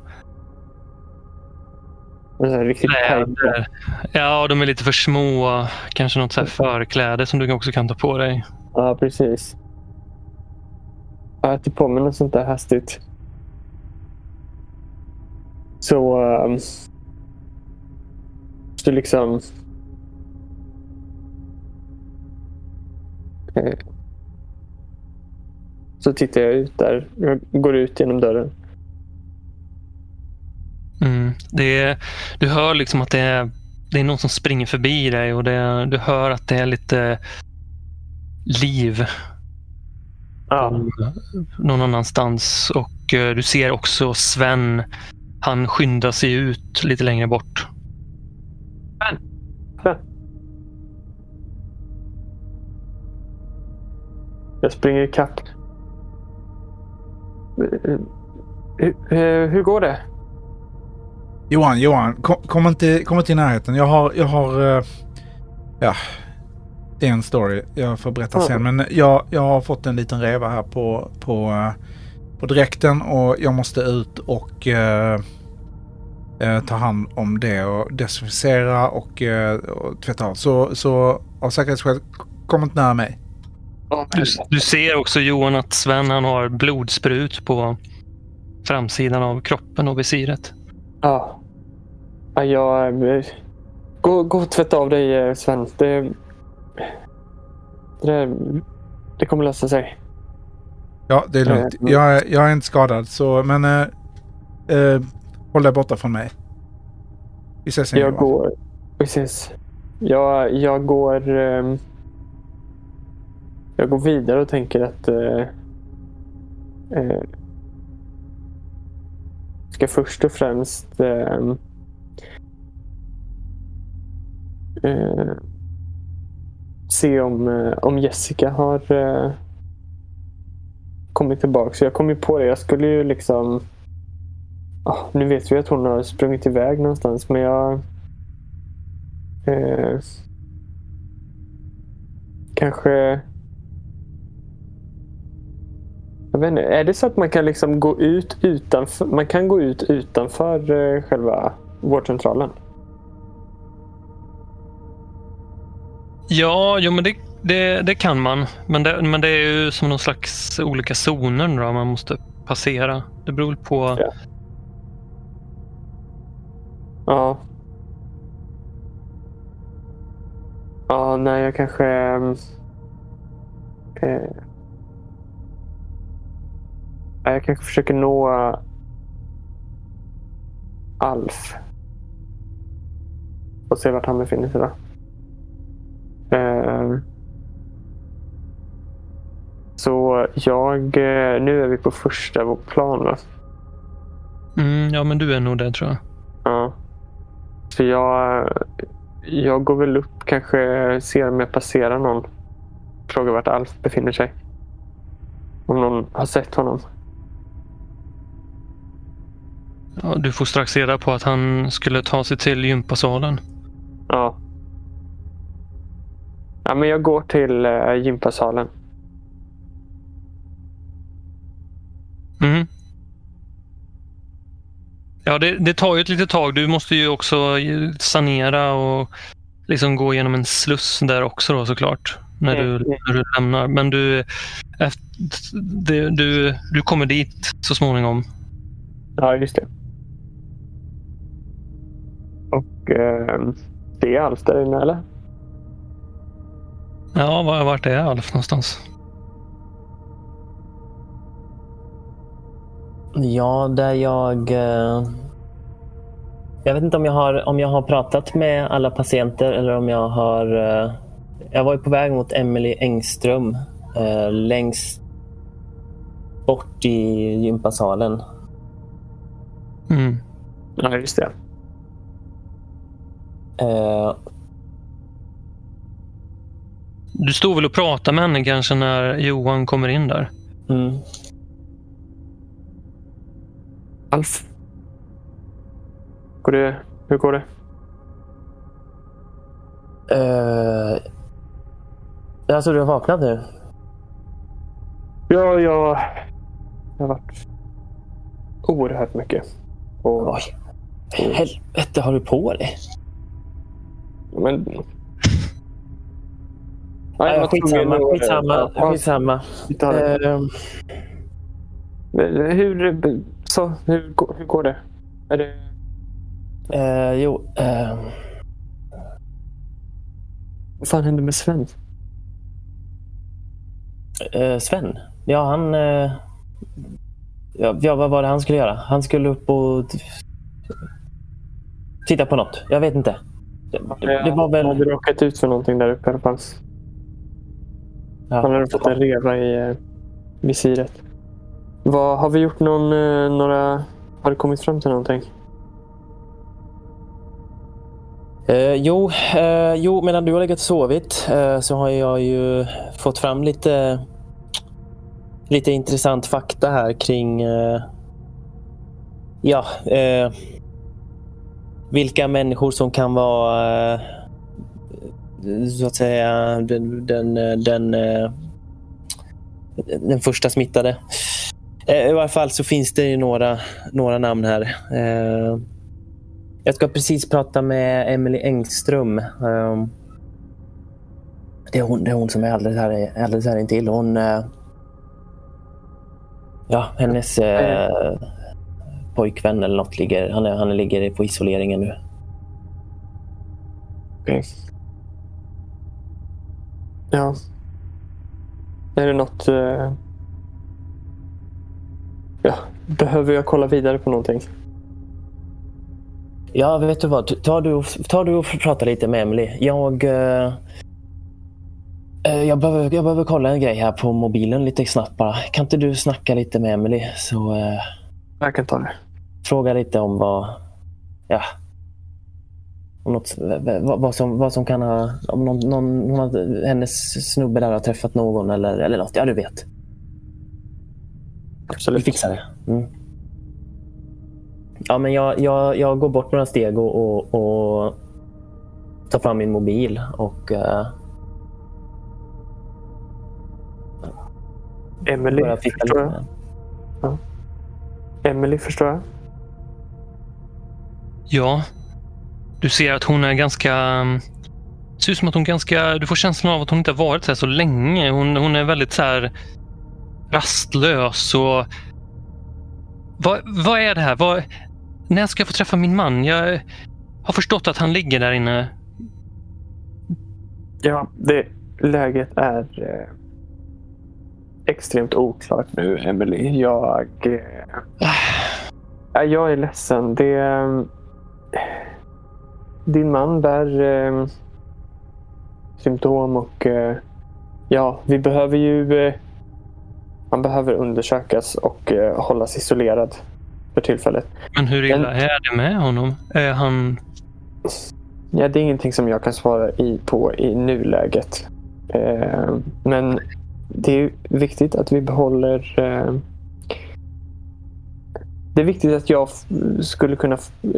riktigt kläder. Ja, de är lite för små. Kanske något så här förkläde som du också kan ta på dig. Ja, precis. Jag tar på mig något sånt där hastigt. Så liksom så tittar jag ut där. Jag går ut genom dörren. Du hör liksom att det är någon som springer förbi dig, och du hör att det är lite liv någon annanstans, och du ser också Sven. Han skyndar sig ut lite längre bort. Sven. Jag springer ikapp. Hur går det? Johan, kom inte i närheten. Jag har det är en story jag får berätta sen, men jag har fått en liten reva här på dräkten, och jag måste ut och ta hand om det och desinficera och tvätta av. Så av säkerhetsskäl, kom inte nära mig. Du ser också, Johan, att Sven han har blodsprut på framsidan av kroppen och visiret. Ja. Gå och tvätta av dig, Sven. Det kommer lösa sig. Ja, det är lugnt. Jag är inte skadad, så men håll dig borta från mig. Vi ses sen. Jag går... Precis. Jag går vidare och tänker att ska först och främst se om Jessica har kommit tillbaka. Så jag kom ju på det. Jag skulle ju liksom... nu vet vi att hon har sprungit iväg någonstans, men jag kanske... Jag vet inte, är det så att man kan liksom gå ut utanför... Man kan gå ut utanför själva vårdcentralen? Ja, jo, men det kan man. Men det är ju som någon slags olika zoner då man måste passera. Det beror på... Ja. Ja. Ja, nej, jag kanske... jag kanske försöker nå Alf. Och se vart han befinner sig då. Så nu är vi på första plan då. Ja, men du är nog det, tror jag. Ja. Så jag går väl upp, kanske ser om jag passerar någon. Frågar vart Alf befinner sig. Om någon har sett honom. Ja, du får strax reda på att han skulle ta sig till gympasalen. Ja. Ja, men jag går till gympasalen. Ja, det tar ju ett litet tag. Du måste ju också sanera och liksom gå igenom en sluss där också då, såklart. När du lämnar. Men du kommer dit så småningom. Ja, just det. Och det är Alf där inne, eller? Ja, vart är Alf någonstans? Ja, där jag vet inte om jag har pratat med alla patienter eller om jag har... Jag var ju på väg mot Emily Engström längst bort i gympasalen. Ja, just det. Du stod väl och pratade med henne kanske när Johan kommer in där? Alf. Hur går det? Alltså, du har vaknat nu? Ja, jag har varit oerhört mycket. Oj. Helvete, har du på dig? Men... Skitsamma. Hur går det? Är det... Vad fan hände med Sven? Sven? Ja, han... vad var det han skulle göra? Han skulle upp och titta på något. Jag vet inte. Det var väl... Han hade råkat ut för någonting där uppe i alla fall. Ja. Han hade fått en reva i visiret. Har vi gjort några... Har det kommit fram till någonting? Jo, medan du har legat och sovit så har jag ju fått fram lite intressant fakta här kring vilka människor som kan vara så att säga den första smittade. I varje fall så finns det ju några namn här. Jag ska precis prata med Emily Engström. Det är hon som är alldeles här intill. Hon... hennes pojkvän eller något han ligger på isoleringen nu. Okej. Ja. Är det något... Ja, behöver jag kolla vidare på någonting? Ja, vet du vad? Tar du och prata lite med Emily. Jag behöver kolla en grej här på mobilen lite snabbt bara. Kan inte du snacka lite med Emily? Så Jag kan ta det. fråga lite om om något, vad som kan ha, om hennes snubbe där har träffat någon eller något. Ja, du vet. Absolut. Vi fixar det. Mm. Ja, men jag går bort några steg och tar fram min mobil och Emily, förstår jag. Ja. Emily, förstår jag. Ja. Du ser att hon är ganska... Det ser ut som att hon du får känslan av att hon inte har varit så länge. Hon är väldigt så här rastlös och... Vad är det här? När ska jag få träffa min man? Jag har förstått att han ligger där inne. Ja, läget är extremt oklart nu, Emily. Jag är ledsen. Din man bär symptom och vi behöver ju han behöver undersökas och hållas isolerad för tillfället. Men hur illa är det med honom? Är han... Ja, det är ingenting som jag kan svara på i nuläget. Men det är viktigt att vi behåller... Det är viktigt att jag skulle kunna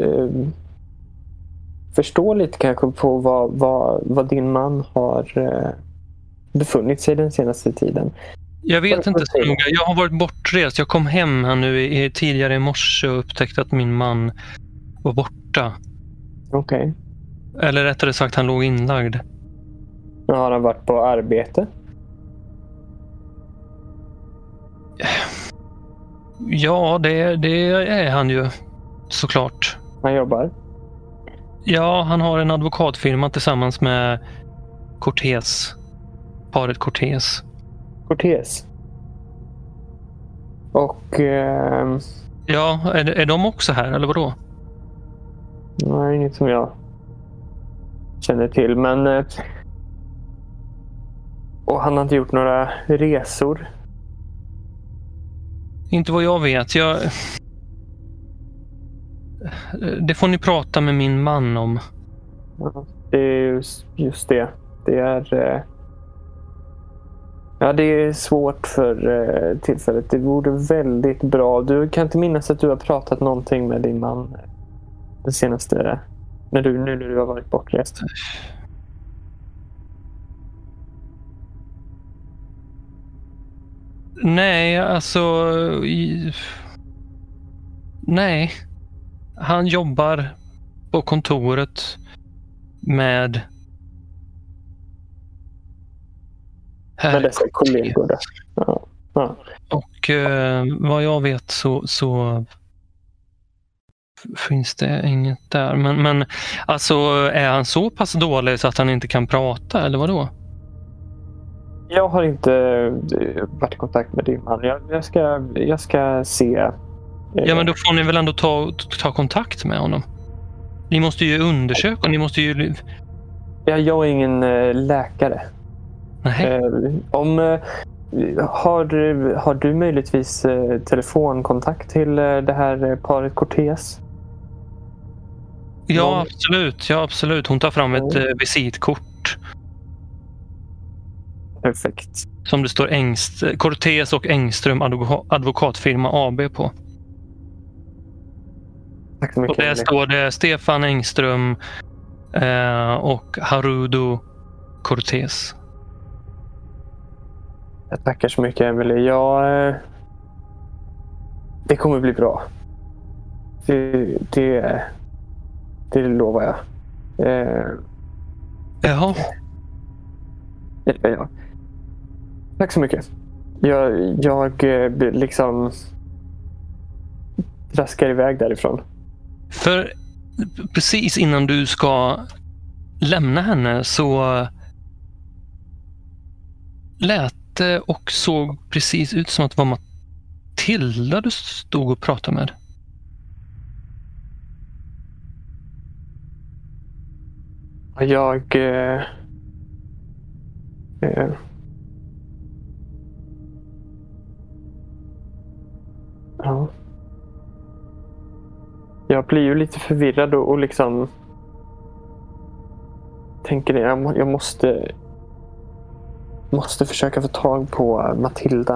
förstå lite kanske på vad din man har befunnit sig den senaste tiden. Jag vet inte så noga. Jag har varit bortrest. Jag kom hem här nu tidigare i morse och upptäckte att min man var borta. Okej. Eller rättare sagt, han låg inlagd. Har han varit på arbete? Ja, det är han ju. Såklart. Han jobbar? Ja, han har en advokatfirma tillsammans med Cortez. Paret Cortez. Cortez? Och... Ja, är de också här, eller vadå? Nej, inget som jag känner till, men... Och han har inte gjort några resor? Inte vad jag vet. Det får ni prata med min man om. Ja, det är just det. Det är... Ja, det är svårt för tillfället. Det vore väldigt bra. Du kan inte minnas att du har pratat någonting med din man den senaste... när du har varit bortrest. Nej, alltså... Nej. Han jobbar på kontoret med... Med dessa kollegor där. Ja. Och vad jag vet så finns det inget där. Men alltså, är han så pass dålig så att han inte kan prata, eller vadå? Jag har inte varit i kontakt med din man. Jag ska se. Ja, men då får ni väl ändå ta kontakt med honom. Ni måste ju undersöka. Ni måste ju... Ja, jag är ingen läkare. Nej. Har du möjligtvis telefonkontakt till det här paret Cortez? Ja, absolut. Hon tar fram ett visitkort. Perfekt. Som det står Cortez och Engström advokatfirma AB på. Tack så mycket. Och där står det Stefan Engström och Harudo Cortez. Jag tackar så mycket, Emily. Det kommer bli bra. Det lovar jag. Jaha. Ja. Tack så mycket. Jag liksom traskar iväg därifrån. För precis innan du ska lämna henne så lät det och såg precis ut som att det var Matilda du stod och pratade med? Jag... Ja. Jag blir ju lite förvirrad och liksom tänker jag måste försöka få tag på Matilda.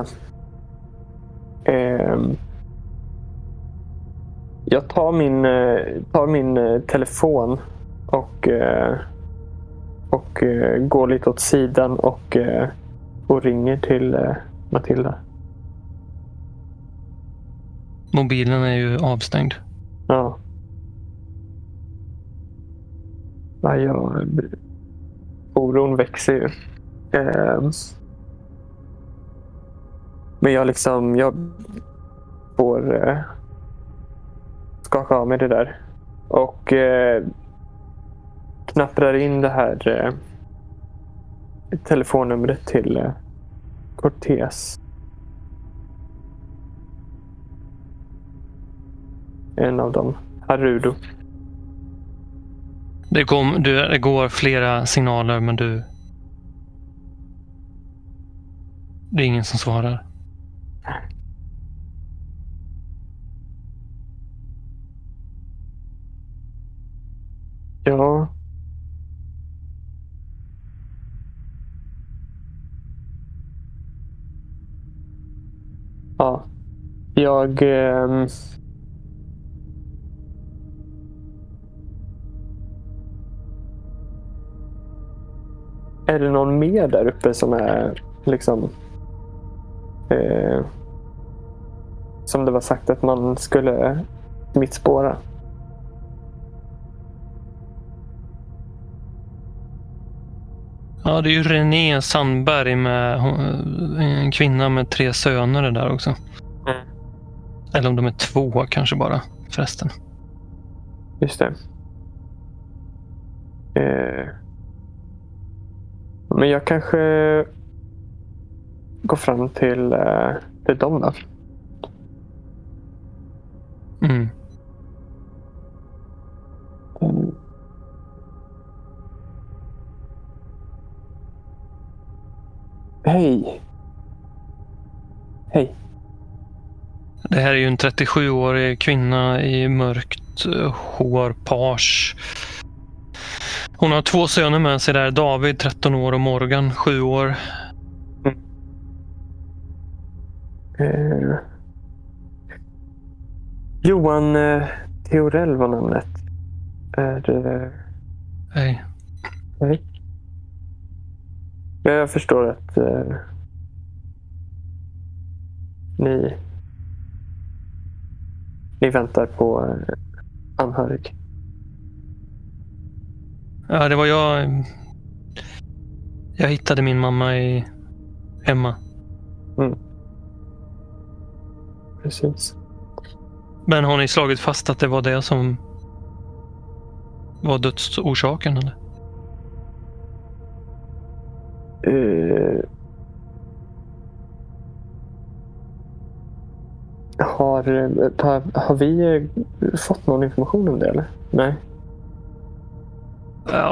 Jag tar min telefon och går lite åt sidan och ringer till Matilda. Mobilen är ju avstängd. Ja. Oron växer ju. Men jag får skaka av mig det där. Och knapprar in det här telefonnumret till Cortez. En av dem, Harudo. Det går flera signaler, men det är ingen som svarar. Ja. Ja. Är det någon mer där uppe som är liksom som det var sagt att man skulle smittspåra? Ja, det är ju René Sandberg med en kvinna med 3 söner där också. Mm. Eller om de är 2 kanske bara förresten. Just det. Men jag kanske går fram till dem då. Mm. Hej. Hej. Det här är ju en 37-årig kvinna i mörkt hår, page. Hon har 2 söner med sig där. David, 13 år, och Morgan, 7 år. Johan Theorell var namnet. Hej. Hej. Jag förstår att ni väntar på anhörig. Ja, det var jag. Jag hittade min mamma hemma. Mm. Precis. Men har ni slagit fast att det var det som var dödsorsaken, eller? Har vi fått någon information om det, eller? Nej. Ja,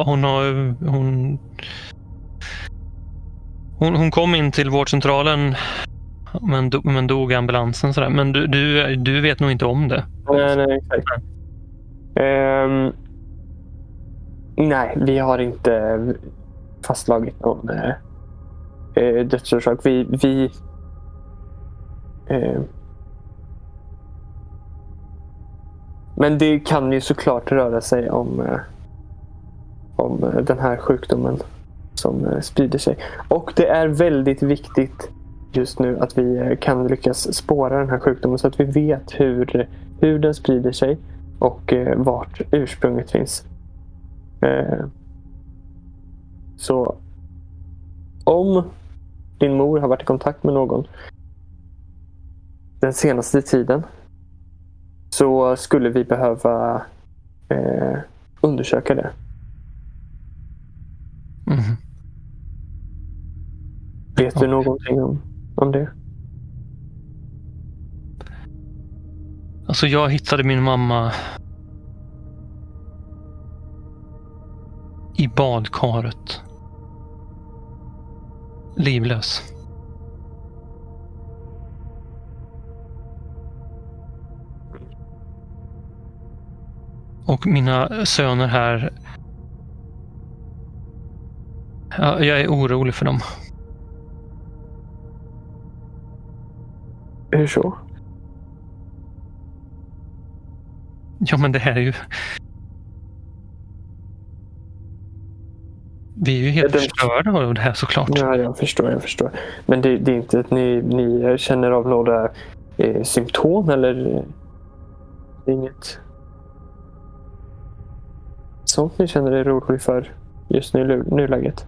hon kom in till vårdcentralen men dog i ambulansen sådär. Men du vet nog inte om det. Nej, exakt. Nej, vi har inte fastslagit någon dödsorsak. Men det kan ju såklart röra sig om den här sjukdomen som sprider sig. Och det är väldigt viktigt just nu att vi kan lyckas spåra den här sjukdomen så att vi vet hur den sprider sig och vart ursprunget finns. Så om din mor har varit i kontakt med någon den senaste tiden så skulle vi behöva undersöka det. Mm. Vet du någonting om det? Alltså jag hittade min mamma i badkaret. Livlös. Och mina söner här. Ja, jag är orolig för dem. Hur så? Ja, men det här är ju... Vi är ju helt förstörda av det här såklart. Ja, jag förstår. Men det är inte att ni känner av några symptom eller det är inget sånt ni känner er orolig för just nu nuläget?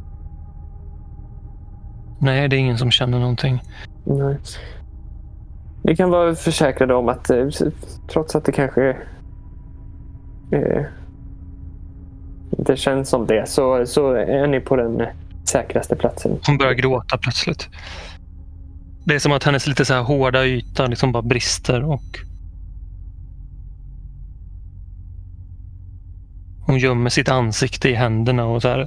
Nej, det är ingen som känner någonting. Nej. Ni kan vara försäkrade om att trots att det kanske det känns som det så är ni på den säkraste platsen. Hon börjar gråta plötsligt. Det är som att hennes lite så här hårda yta liksom bara brister och hon gömmer sitt ansikte i händerna och så här.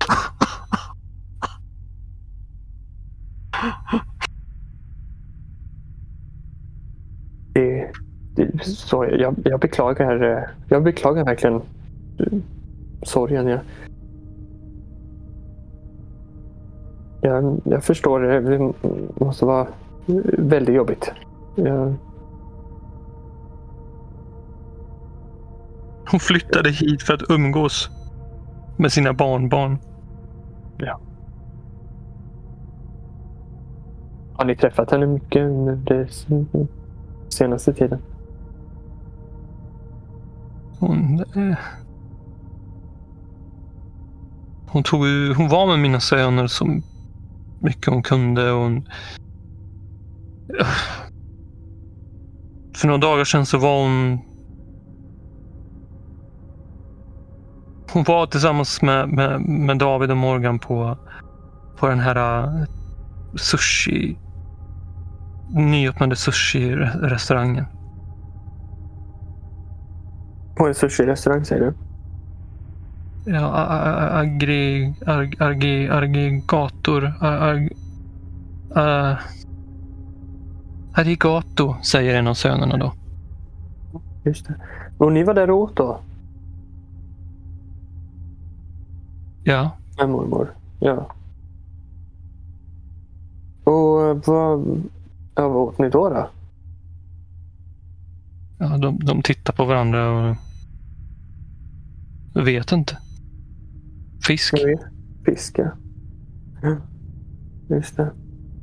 Så jag beklagar verkligen sorgen. Jag förstår det. Det måste vara väldigt jobbigt. Hon flyttade hit för att umgås med sina barnbarn. Ja. Har ni träffat henne mycket under den senaste tiden? Hon var med mina söner så mycket hon kunde. För några dagar sedan så var hon var tillsammans med David och Morgan på den här nyöppnade sushi-restaurangen. På en sushi-restaurang säger du? Ja, Arigato, säger en av sönerna då. Just det. Och ni var där åt då? Ja. Med mormor. Ja. Och vad åt ni då? Ja, de tittar på varandra och vet inte. Fisk. Fisk, ja. Just det.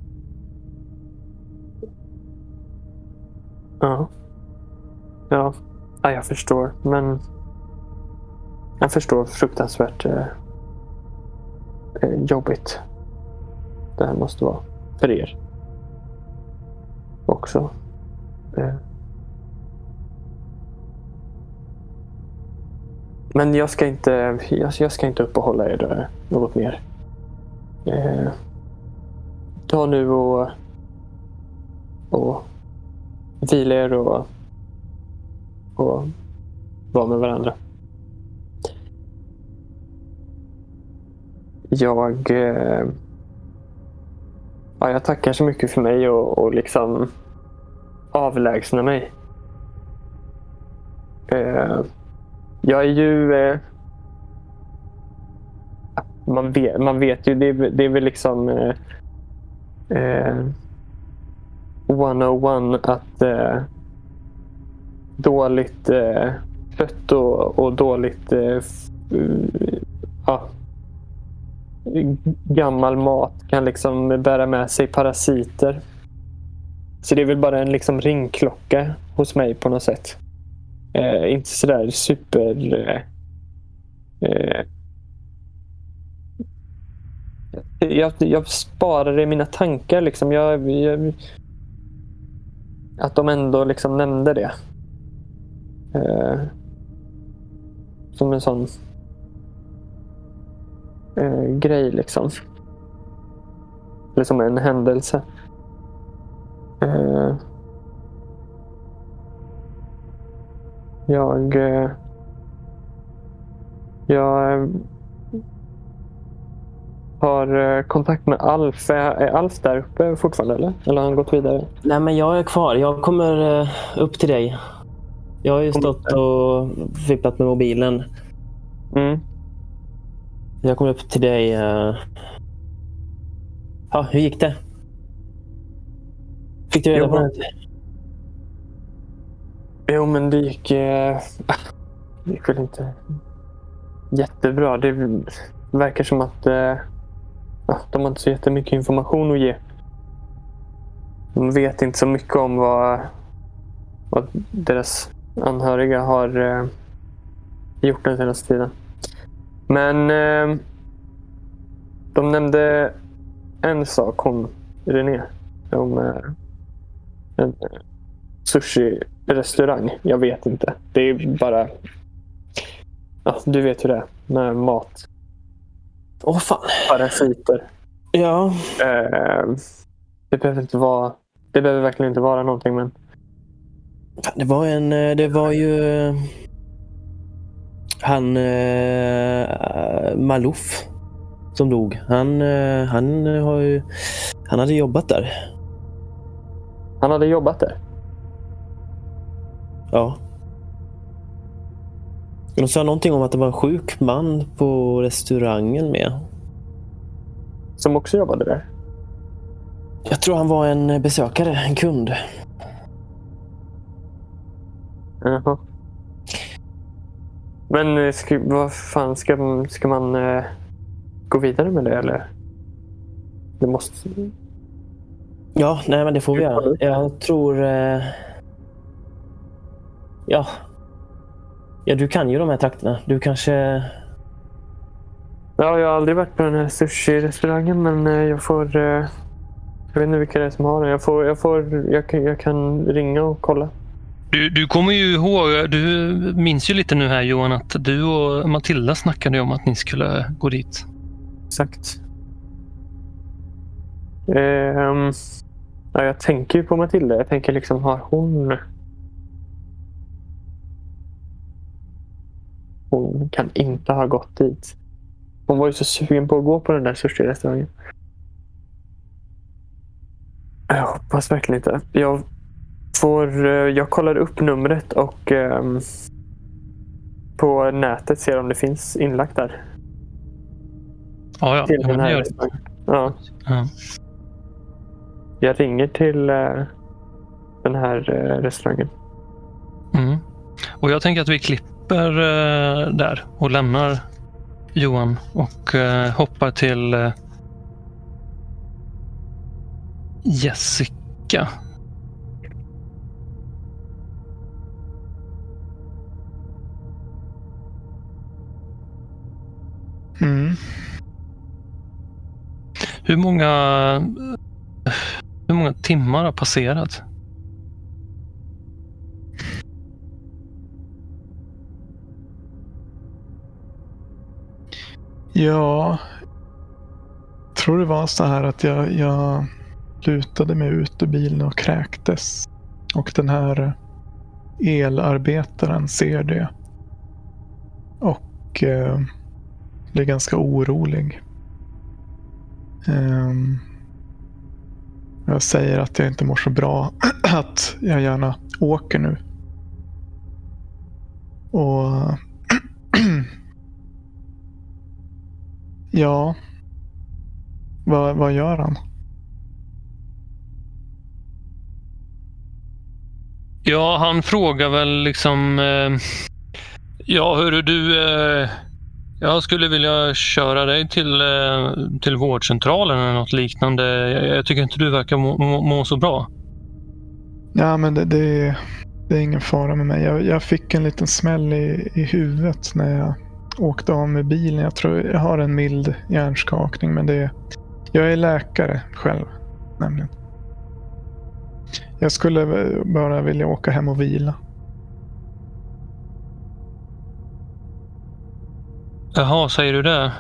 Ja. Ja, jag förstår. Men jag förstår fruktansvärt jobbigt. Det här måste vara för er. Också. Men jag ska inte uppehålla er något mer. Ta nu och vila er och vara med varandra. Jag tackar så mycket för mig och liksom avlägsna mig. Jag är ju man vet ju det är väl liksom 101 att dåligt kött och dåligt gammal mat kan liksom bära med sig parasiter. Så det är väl bara en liksom ringklocka hos mig på något sätt. Inte sådär super jag sparar det i mina tankar liksom. Att de ändå liksom nämnde det som en sån grej liksom. Eller som en händelse. Jag har kontakt med Alf. Är Alf där uppe fortfarande eller har han gått vidare? Nej, men jag är kvar. Jag kommer upp till dig. Jag har ju stått och fipplat med mobilen. Mm. Jag kommer upp till dig. Ja, hur gick det? Fick du reda på det? Jo, men det gick väl inte jättebra. Det verkar som att de har inte så jättemycket information att ge. De vet inte så mycket om vad deras anhöriga har gjort den senaste tiden. Men de nämnde en sak om René. Om en sushi-restaurang. Jag vet inte. Det är bara... Ja, du vet hur det är med mat. Åh fan. Parasiter. Ja. Det behöver verkligen inte vara någonting, men... Det var ju... Han... Malouf som dog. Han hade jobbat där. Han hade jobbat där? Ja. De sa någonting om att det var en sjuk man på restaurangen med. Som också jobbade där? Jag tror han var en besökare, en kund. Jaha. Men vad fan, ska man gå vidare med det, eller? Det måste... Ja, nej, men det får vi göra. Jag tror... Ja, du kan ju de här trakterna. Du kanske... Ja, jag har aldrig varit på den här sushi-restaurangen, men jag får... Jag vet inte vilka det är som har den. Jag kan ringa och kolla. Du kommer ju ihåg, du minns ju lite nu här Johan, att du och Matilda snackade om att ni skulle gå dit. Exakt. Ja, jag tänker ju på Matilda. Jag tänker liksom, har hon kan inte ha gått dit. Hon var ju så sugen på att gå på den där sushi-restaurangen. Jag hoppas verkligen inte. Jag kollar upp numret och på nätet ser om det finns inlagt där. Ja. Till den här restaurangen. Ja. Jag ringer till den här restaurangen. Mm. Och jag tänker att vi klipper där och lämnar Johan och hoppar till Jessica. Mm. Hur många timmar har passerat? Ja, jag tror det var så här att jag lutade mig ut ur bilen och kräktes. Och den här elarbetaren ser det. Och blir ganska orolig. Jag säger att jag inte mår så bra. Att jag gärna åker nu. Och ja, vad gör han? Ja, han frågar väl liksom... ja, hörru du... jag skulle vilja köra dig till vårdcentralen eller något liknande. Jag tycker inte du verkar må så bra. Ja, men det är ingen fara med mig. Jag fick en liten smäll i huvudet när jag åkte av med bilen. Jag tror jag har en mild hjärnskakning, men jag är läkare själv nämligen. Jag skulle bara vilja åka hem och vila. Jaha, säger du det?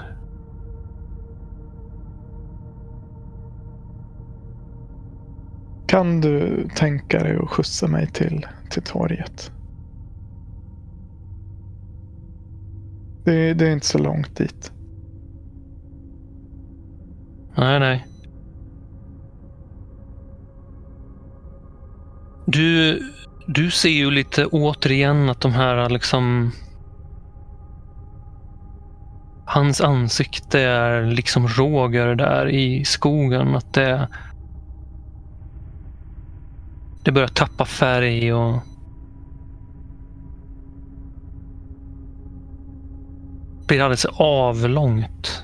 Kan du tänka dig att skjutsa mig till torget? Det är inte så långt dit. Nej. Du ser ju lite återigen att de här liksom... Hans ansikte är liksom rågor där i skogen. Att det börjar tappa färg och... blir alldeles avlångt.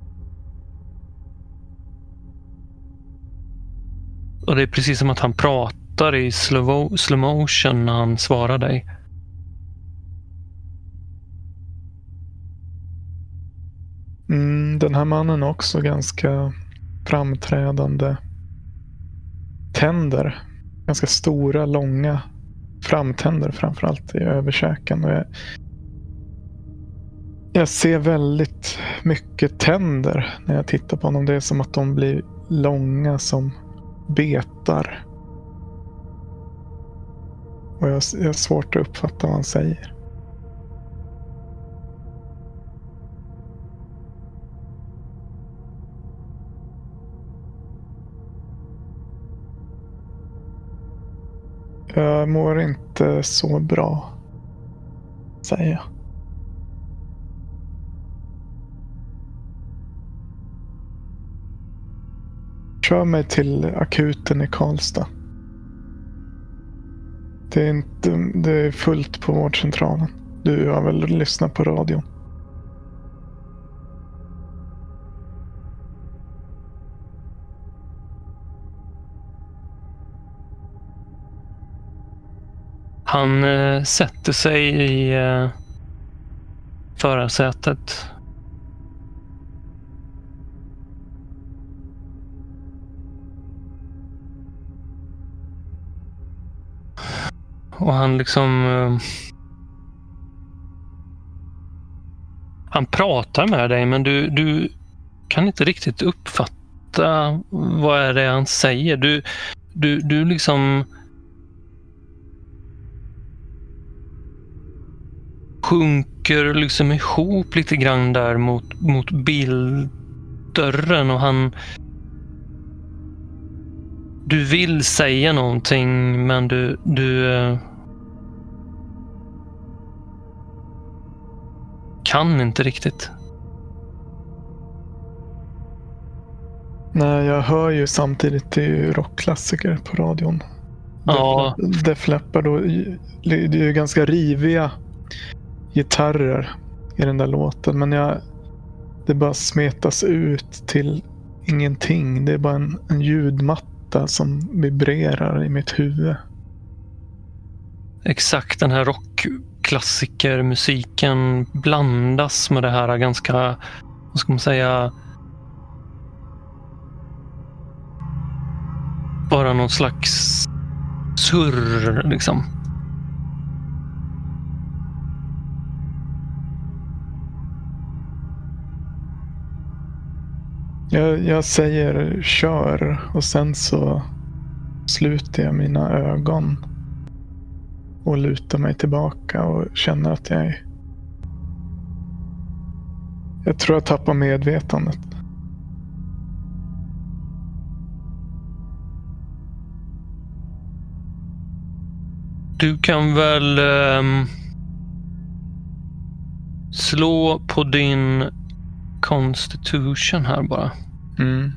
Och det är precis som att han pratar i slow motion när han svarar dig. Den här mannen har också ganska framträdande tänder. Ganska stora, långa framtänder, framförallt i överkäken. Och jag ser väldigt mycket tänder när jag tittar på honom. Det är som att de blir långa som betar. Och jag har svårt att uppfatta vad han säger. Jag mår inte så bra, säger jag. Kör mig till akuten i Karlstad. Det är fullt på vårdcentralen. Du har väl lyssnat på radion? Han sätter sig i förarsätet. Och han liksom... han pratar med dig, men du kan inte riktigt uppfatta vad är det han säger. Du liksom... sjunker liksom ihop lite grann där mot bilddörren, och han... Du vill säga någonting, men du kan inte riktigt. Nej, jag hör ju samtidigt, det är ju rockklassiker på radion. Ja. Def Leppard, och det är ju ganska riviga gitarrer i den där låten, men det bara smetas ut till ingenting. Det är bara en ljudmatta som vibrerar i mitt huvud. Exakt, den här rockklassikermusiken blandas med det här ganska, vad ska man säga, bara någon slags surr liksom. Jag säger kör, och sen så sluter jag mina ögon och lutar mig tillbaka och känner att jag tror jag tappar medvetandet. Du kan väl slå på din Constitution här bara. Mm.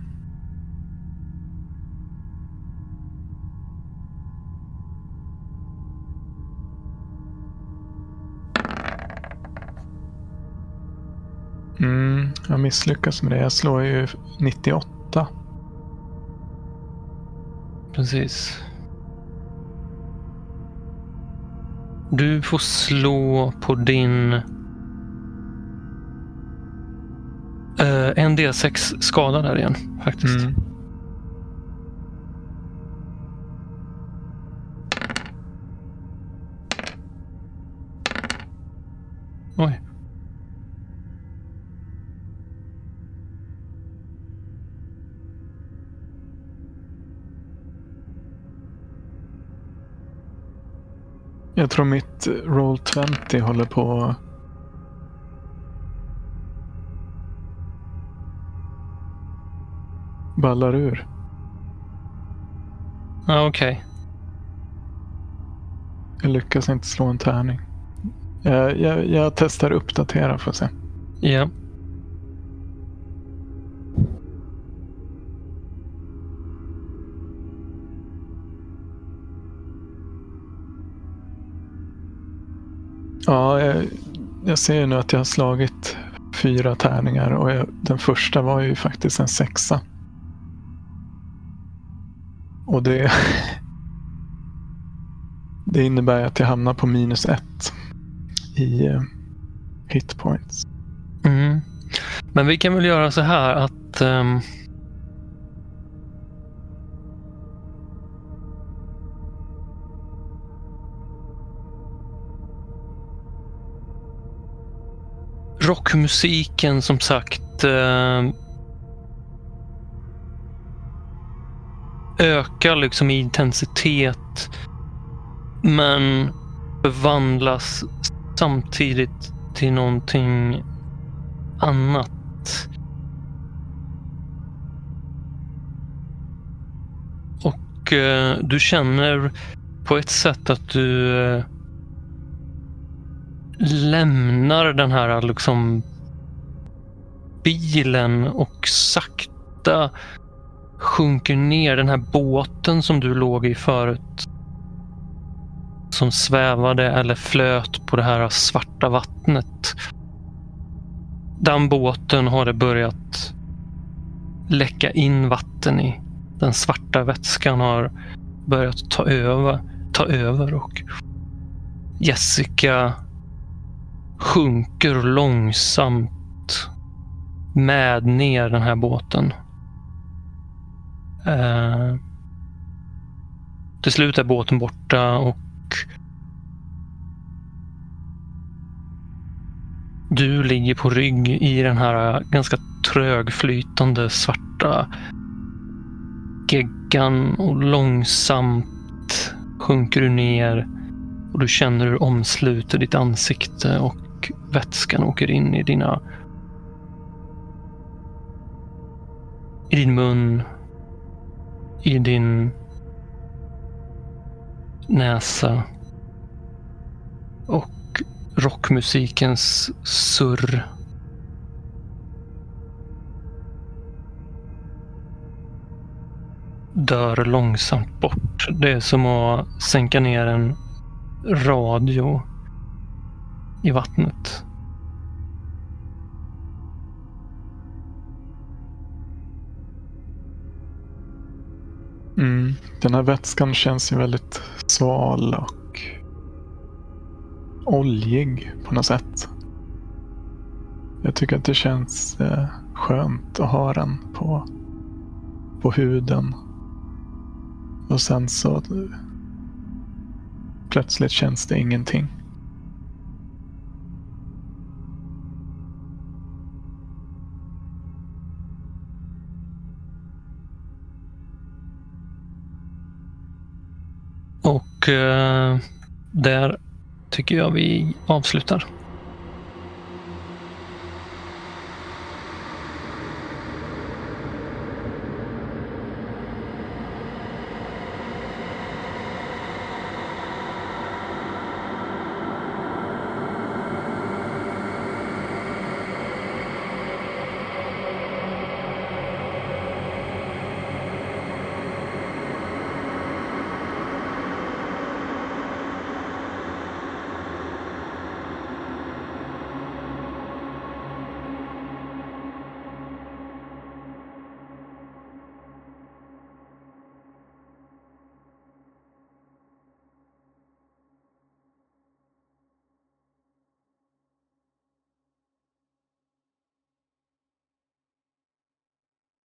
Jag misslyckas med det. Jag slår ju 98. Precis. Du får slå på din en D6 skada där igen, faktiskt. Oj. Jag tror mitt Roll20 håller på att ballar ur. Ja, okej. Jag lyckas inte slå en tärning. Jag testar uppdatera för att se. Ja. Ja, jag ser nu att jag har slagit 4 tärningar och den första var ju faktiskt en 6. Och det innebär att jag hamnar på -1 i hitpoints. Mm. Men vi kan väl göra så här att rockmusiken som sagt ökar liksom i intensitet men förvandlas samtidigt till någonting annat. Och du känner på ett sätt att du lämnar den här liksom bilen och sakta sjunker ner den här båten som du låg i förut, som svävade eller flöt på det här svarta vattnet. Den båten har det börjat läcka in vatten i. Den svarta vätskan har börjat ta över och Jessica sjunker långsamt med ner den här båten. Till slut är båten borta och du ligger på rygg i den här ganska trögflytande svarta geggan och långsamt sjunker du ner och du känner hur omsluter ditt ansikte och vätskan åker in i din mun, i din näsa och rockmusikens surr dör långsamt bort. Det är som att sänka ner en radio i vattnet. Den här vätskan känns ju väldigt sval och oljig på något sätt. Jag tycker att det känns skönt att ha den på huden. Och sen så plötsligt känns det ingenting. Och där tycker jag vi avslutar.